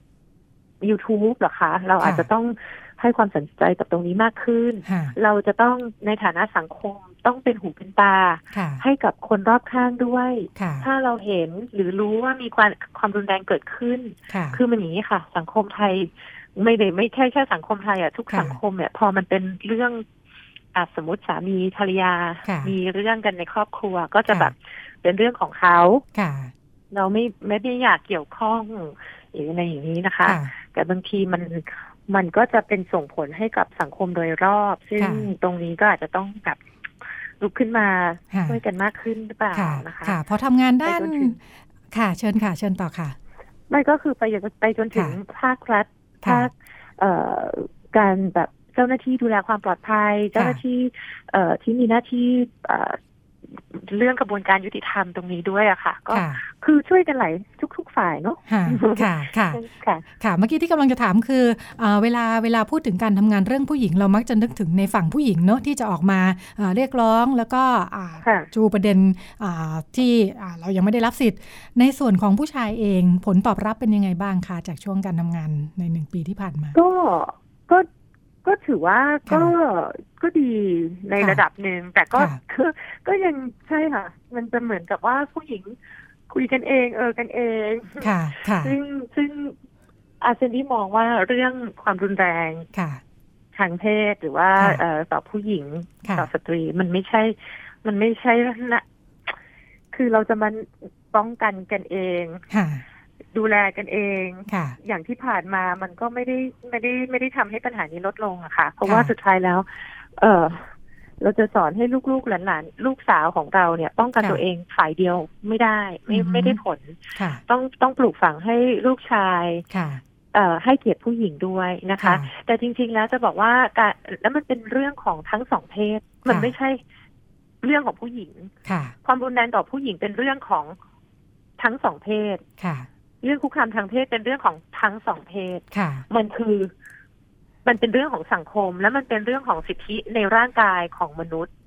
YouTube เหรอคะเราอาจจะต้องให้ความสนใจกับตรงนี้มากขึ้นเราจะต้องในฐานะสังคมต้องเป็นหูเป็นตาให้กับคนรอบข้างด้วยถ้าเราเห็นหรือรู้ว่ามีความความรุนแรงเกิดขึ้นคือมันอย่างนี้ค่ะสังคมไทยไม่ได้ไม่ใช่แค่สังคมไทยอ่ะทุกสังคมเนี่ยพอมันเป็นเรื่องอ่ะสมมติสามีภรรยามีเรื่องกันในครอบครัวก็จะแบบเป็นเรื่องของเขาเราไม่ไม่ได้อยากเกี่ยวข้องหรืออะไรอย่างนี้นะคะแต่บางทีมันมันก็จะเป็นส่งผลให้กับสังคมโดยรอบซึ่งตรงนี้ก็อาจจะต้องแบบลุกขึ้นมาช่วยกันมากขึ้นหรือเปล่านะคะค่ะพอทำงานด้านค่ะเชิญค่ะเชิญต่อค่ะไม่ก็คือไปไปจนถึงภาครัฐภาคการแบบเจ้าหน้าที่ดูแลความปลอดภัยเจ้าหน้าที่ที่มีหน้าที่เรื่องกระบวนการยุติธรรมตรงนี้ด้วยอะค่ะก็คือช่วยกันหลายทุกๆฝ่ายเนาะค่ะค่ะค่ะค่ะเมื่อกี้ที่กำลังจะถามคือเวลาเวลาพูดถึงการทำงานเรื่องผู้หญิงเรามักจะนึกถึงในฝั่งผู้หญิงเนาะที่จะออกมาเรียกร้องแล้วก็จูประเด็นที่เรายังไม่ได้รับสิทธิ์ในส่วนของผู้ชายเองผลตอบรับเป็นยังไงบ้างคะจากช่วงการทำงานในหนึ่งปีที่ผ่านมาก็ก็ก็ถือว่าก็ก็ดีในระดับหนึ่งแต่ก็คือก็ยังใช่ค่ะมันจะเหมือนกับว่าผู้หญิงคุยกันเองเออกันเองซึ่งซึ่งอาเซนดี้มองว่าเรื่องความรุนแรงทางเพศหรือว่าเอ่อต่อผู้หญิงต่อสตรีมันไม่ใช่มันไม่ใช่นะคือเราจะมันป้องกันกันเองดูแลกันเองอย่างที่ผ่านมามันก็ไม่ได้ไม่ได้ไม่ได้ทำให้ปัญหานี้ลดลงอะค่ะเพราะว่าสุดท้ายแล้วเออเราจะสอนให้ลูกๆหลานๆลูกสาวของเราเนี่ยป้องกันตัวเองฝ่ายเดียวไม่ได้ไม่ไม่ได้ผลต้องต้องปลูกฝังให้ลูกชายเอ่อให้เกียรติผู้หญิงด้วยนะคะแต่จริงๆแล้วจะบอกว่าการแล้วมันเป็นเรื่องของทั้งสองเพศมันไม่ใช่เรื่องของผู้หญิงความรุนแรงต่อผู้หญิงเป็นเรื่องของทั้งสองเพศเรื่องคุกคามทางเพศเป็นเรื่องของทั้งสองเพศมันคือมันเป็นเรื่องของสังคมและมันเป็นเรื่องของสิทธิในร่างกายของมนุษย์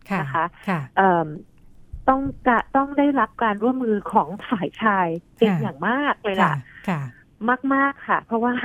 นะคะต้องต้องได้รับการร่วมมือของฝ่ายชายเป็นอย่างมากเลยล่ะมากๆค่ะเพราะว่า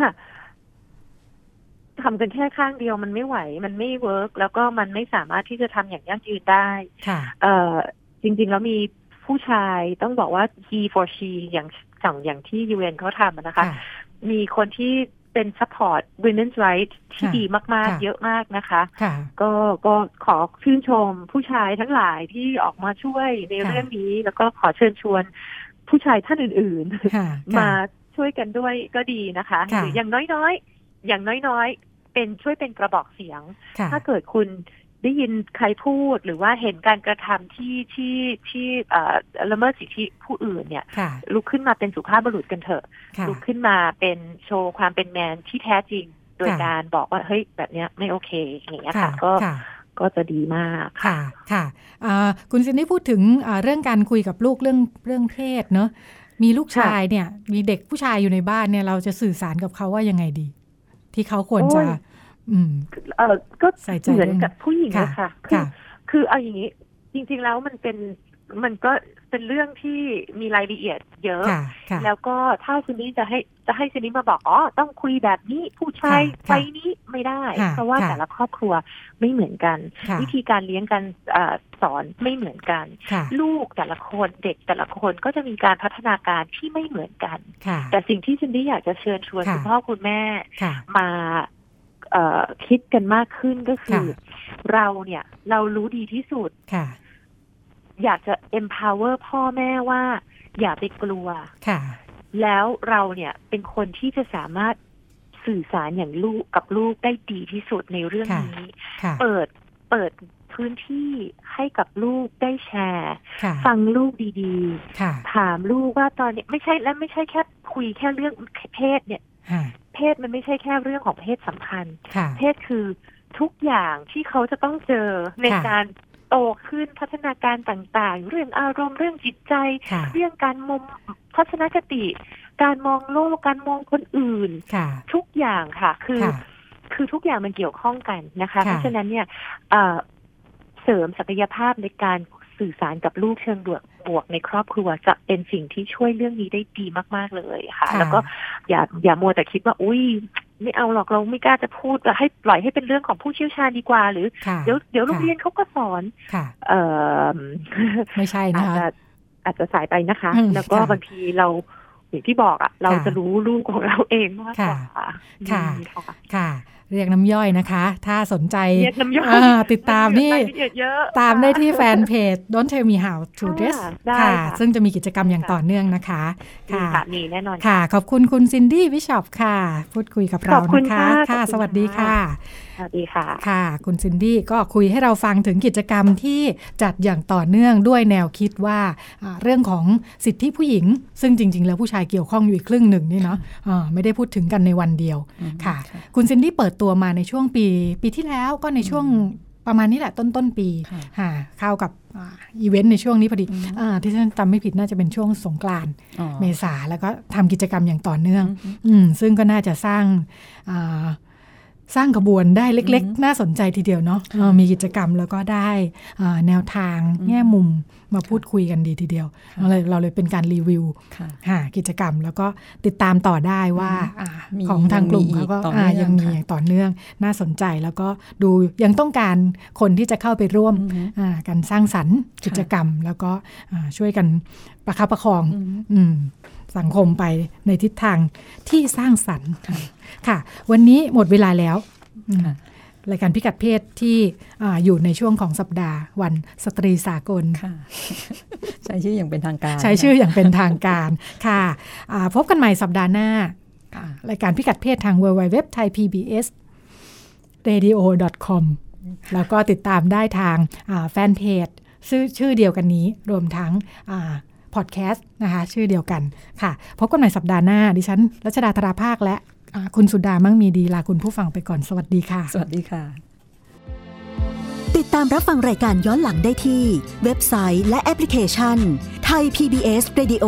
ทำกันแค่ข้างเดียวมันไม่ไหวมันไม่เวิร์กแล้วก็มันไม่สามารถที่จะทำอย่างยั่งยืนได้จริงๆแล้วมีผู้ชายต้องบอกว่า he for she อย่างอย่างอย่างที่ ยู เอ็น เขาทำนะคะมีคนที่เป็น support women's rights ที่ดีมากๆเยอะมากนะคะก็ก็ขอชื่นชมผู้ชายทั้งหลายที่ออกมาช่วยในเรื่องนี้แล้วก็ขอเชิญชวนผู้ชายท่านอื่นๆมาช่วยกันด้วยก็ดีนะคะหรืออย่างน้อยๆอย่างน้อยๆเป็นช่วยเป็นกระบอกเสียงถ้าเกิดคุณได้ยินใครพูดหรือว่าเห็นการกระทำที่ที่ที่ละเมิดสิทธิผู้อื่นเนี่ยลุกขึ้นมาเป็นสุภาพบุรุษกันเถอะลุกขึ้นมาเป็นโชว์ความเป็นแมนที่แท้จริงโดยการบอกว่าเฮ้ยแบบเนี้ยไม่โอเคอย่างเงี้ยค่ะก็ก็จะดีมากค่ะค่ะคุณซินนี่พูดถึงเรื่องการคุยกับลูกเรื่องเรื่องเพศเนอะมีลูกชายเนี่ยมีเด็กผู้ชายอยู่ในบ้านเนี่ยเราจะสื่อสารกับเขาว่ายังไงดีที่เขาควรจะอืมเออก็เหมือนกับผู้หญิงนะคะคือคือเอาอย่างนี้จริงๆแล้วมันเป็นมันก็เป็นเรื่องที่มีรายละเอียดเยอะแล้วก็ถ้าซินนี่จะให้จะให้ซินนี่มาบอกอ๋อต้องคุยแบบนี้ผู้ชายไปนี้ไม่ได้เพราะว่าแต่ละครอบครัวไม่เหมือนกันวิธีการเลี้ยงกันสอนไม่เหมือนกันลูกแต่ละคนเด็กแต่ละคนก็จะมีการพัฒนาการที่ไม่เหมือนกันแต่สิ่งที่ซินนี่อยากจะเชิญชวนคุณพ่อคุณแม่มาคิดกันมากขึ้นก็คือเราเนี่ยเรารู้ดีที่สุดอยากจะ empower พ่อแม่ว่าอย่าไปกลัวแล้วเราเนี่ยเป็นคนที่จะสามารถสื่อสารอย่างลูกกับลูกได้ดีที่สุดในเรื่องนี้เปิดเปิดพื้นที่ให้กับลูกได้แชร์ฟังลูกดีๆถามลูกว่าตอนนี้ไม่ใช่และไม่ใช่แค่คุยแค่เรื่องเพศเนี่ยเพศมันไม่ใช่แค่เรื่องของเพศสัมพันธ์เพศคือทุกอย่างที่เขาจะต้องเจอในการโตขึ้นพัฒนาการต่างๆเรื่องอารมณ์เรื่องจิตใจเรื่องการมองทัศนคติการมองโลกการมองคนอื่นทุกอย่างค่ะคือคือทุกอย่างมันเกี่ยวข้องกันนะคะเพราะฉะนั้นเนี่ยเสริมศักยภาพในการสื่อสารกับลูกเชิงบวกบวกในครอบครัวจะเป็นสิ่งที่ช่วยเรื่องนี้ได้ดีมากๆเลยค่ะแล้วก็อย่าอย่ามัวแต่คิดว่าอุ้ยไม่เอาหรอกเราไม่กล้าจะพูดให้ปล่อยให้เป็นเรื่องของผู้เชี่ยวชาญดีกว่าหรือเดี๋ยวเดี๋ยวโรงเรียนเขาก็สอนเออไม่ใช่นะคะอาจจะอาจจะสายไปนะคะแล้วก็บางทีเราอย่างที่บอกอ่ะเราจะรู้ลูกของเราเองมากกว่าค่ะค่ะเรียกน้ำย่อยนะคะถ้าสนใจติดตามนี่ตามได้ที่แฟนเพจ Don't Tell Me How to Dress ค่ะซึ่งจะมีกิจกรรมอย่างต่อเนื่องนะคะค่ะมีแน่นอนค่ะขอบคุณคุณซินดี้บิชอปค่ะพูดคุยกับเรานะคะค่ะสวัสดีค่ะสวัสดีค่ะค่ะคุณซินดี้ก็คุยให้เราฟังถึงกิจกรรมที่จัดอย่างต่อเนื่องด้วยแนวคิดว่าเรื่องของสิทธิผู้หญิงซึ่งจริงๆแล้วผู้ชายเกี่ยวข้องอยู่อีกครึ่งหนึ่งนี่เนาะไม่ได้พูดถึงกันในวันเดียวค่ะคุณซินดี้เปิดตัวมาในช่วงปีปีที่แล้วก็ในช่วงประมาณนี้แหละต้นต้นปีค่ะเข้ากับอีเวนต์ในช่วงนี้พอดีที่ฉันจำไม่ผิดน่าจะเป็นช่วงสงกรานต์เมษาแล้วก็ทำกิจกรรมอย่างต่อเนื่องซึ่งก็น่าจะสร้างสร้างขบวนได้เล็กๆน่าสนใจทีเดียวเนาะมีกิจกรรมแล้วก็ได้แนวทางแง่มุมมาพูดคุยกันดีทีเดียวเราเลยเราเลยเป็นการรีวิวกิจกรรมแล้วก็ติดตามต่อได้ว่าของทางกลุ่มเขาก็ยังมีอย่างต่อเนื่องน่าสนใจแล้วก็ดูยังต้องการคนที่จะเข้าไปร่วมกันสร้างสรรค์กิจกรรมแล้วก็ช่วยกันประคับประคองสังคมไปในทิศทางที่สร้างสรรค์ค่ะวันนี้หมดเวลาแล้วรายการพิกัดเพศที่ อ, อยู่ในช่วงของสัปดาห์วันสตรีสากลใช้ชื่ออย่างเป็นทางการใช้ชื่ออย่างเป็นทางการค่ะพบกันใหม่สัปดาห์หน้ารายการพิกัดเพศทาง ดับเบิลยู ดับเบิลยู ดับเบิลยู ดอท ไทย พี บี เอส เรดิโอ ดอท คอม แล้วก็ติดตามได้ทางแฟนเพจชื่อชื่อเดียวกันนี้รวมทั้งพอดแคสต์นะคะชื่อเดียวกันค่ะพบกันใหม่สัปดาห์หน้าดิฉันรัชดาธราภาคและคุณสุดามั่งมีดีลาคุณผู้ฟังไปก่อนสวัสดีค่ะสวัสดีค่ะติดตามรับฟังรายการย้อนหลังได้ที่เว็บไซต์และแอปพลิเคชัน Thai พี บี เอส Radio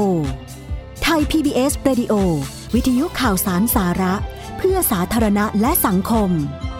Thai พี บี เอส Radio วิทยุข่าวสารสาระเพื่อสาธารณะและสังคม